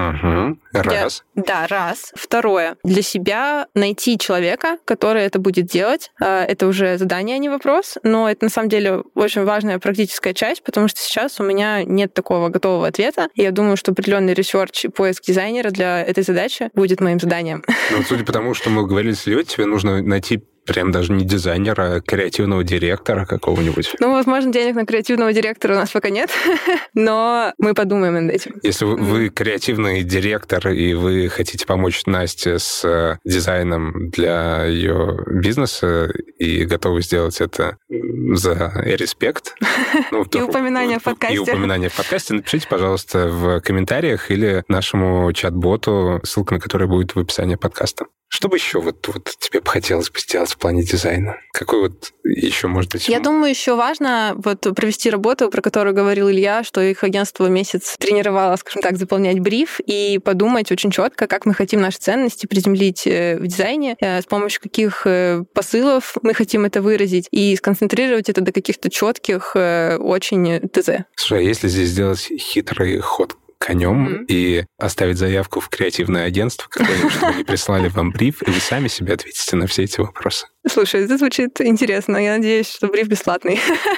Раз. Раз. Второе. Для себя найти человека, который это будет делать. Это уже задание, а не вопрос, но это на самом деле очень важная практическая часть, потому что сейчас у меня нет такого готового ответа. И я думаю, что определенный ресерч и поиск дизайнера для этой задачи будет моим заданием. Судя по тому, что мы говорили с Ильей, тебе нужно найти прям даже не дизайнера, а креативного директора какого-нибудь. Возможно, денег на креативного директора у нас пока нет, но мы подумаем над этим. Если вы креативный директор, и вы хотите помочь Насте с дизайном для ее бизнеса, и готовы сделать это за респект. И упоминание в подкасте. И упоминание в подкасте. Напишите, пожалуйста, в комментариях или нашему чат-боту, ссылка на который будет в описании подкаста. Что бы еще вот тебе бы хотелось бы сделать в плане дизайна? Какой еще, может быть... Я думаю, еще важно провести работу, про которую говорил Илья, что их агентство месяц тренировало, скажем так, заполнять бриф и подумать очень четко, как мы хотим наши ценности приземлить в дизайне, с помощью каких посылов мы хотим это выразить, и сконцентрировать это до каких-то четких очень ТЗ. Слушай, а если здесь сделать хитрый ход конем и оставить заявку в креативное агентство, чтобы они прислали вам бриф, и вы сами себе ответите на все эти вопросы. Слушай, это звучит интересно. Я надеюсь, что бриф бесплатный.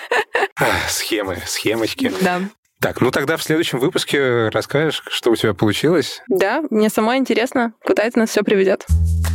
Схемочки. Да. Так, тогда в следующем выпуске расскажешь, что у тебя получилось. Да, мне самой интересно, куда это нас все приведет.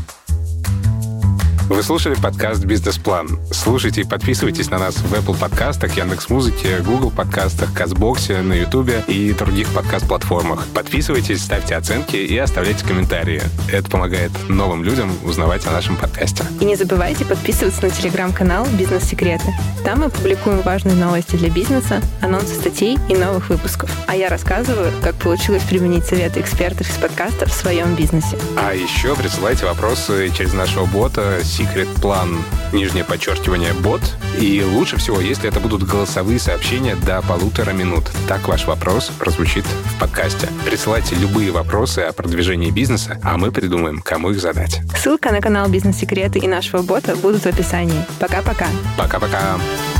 Вы слушали подкаст «Бизнес-план». Слушайте и подписывайтесь на нас в Apple подкастах, Яндекс.Музыке, Google подкастах, Казбоксе, на Ютубе и других подкаст-платформах. Подписывайтесь, ставьте оценки и оставляйте комментарии. Это помогает новым людям узнавать о нашем подкасте. И не забывайте подписываться на телеграм-канал «Бизнес-секреты». Там мы публикуем важные новости для бизнеса, анонсы статей и новых выпусков. А я рассказываю, как получилось применить советы экспертов из подкаста в своем бизнесе. А еще присылайте вопросы через нашего бота secret-plan, _бот. И лучше всего, если это будут голосовые сообщения до 1,5 минут. Так ваш вопрос прозвучит в подкасте. Присылайте любые вопросы о продвижении бизнеса, а мы придумаем, кому их задать. Ссылка на канал «Бизнес-секреты» и нашего бота будут в описании. Пока-пока. Пока-пока.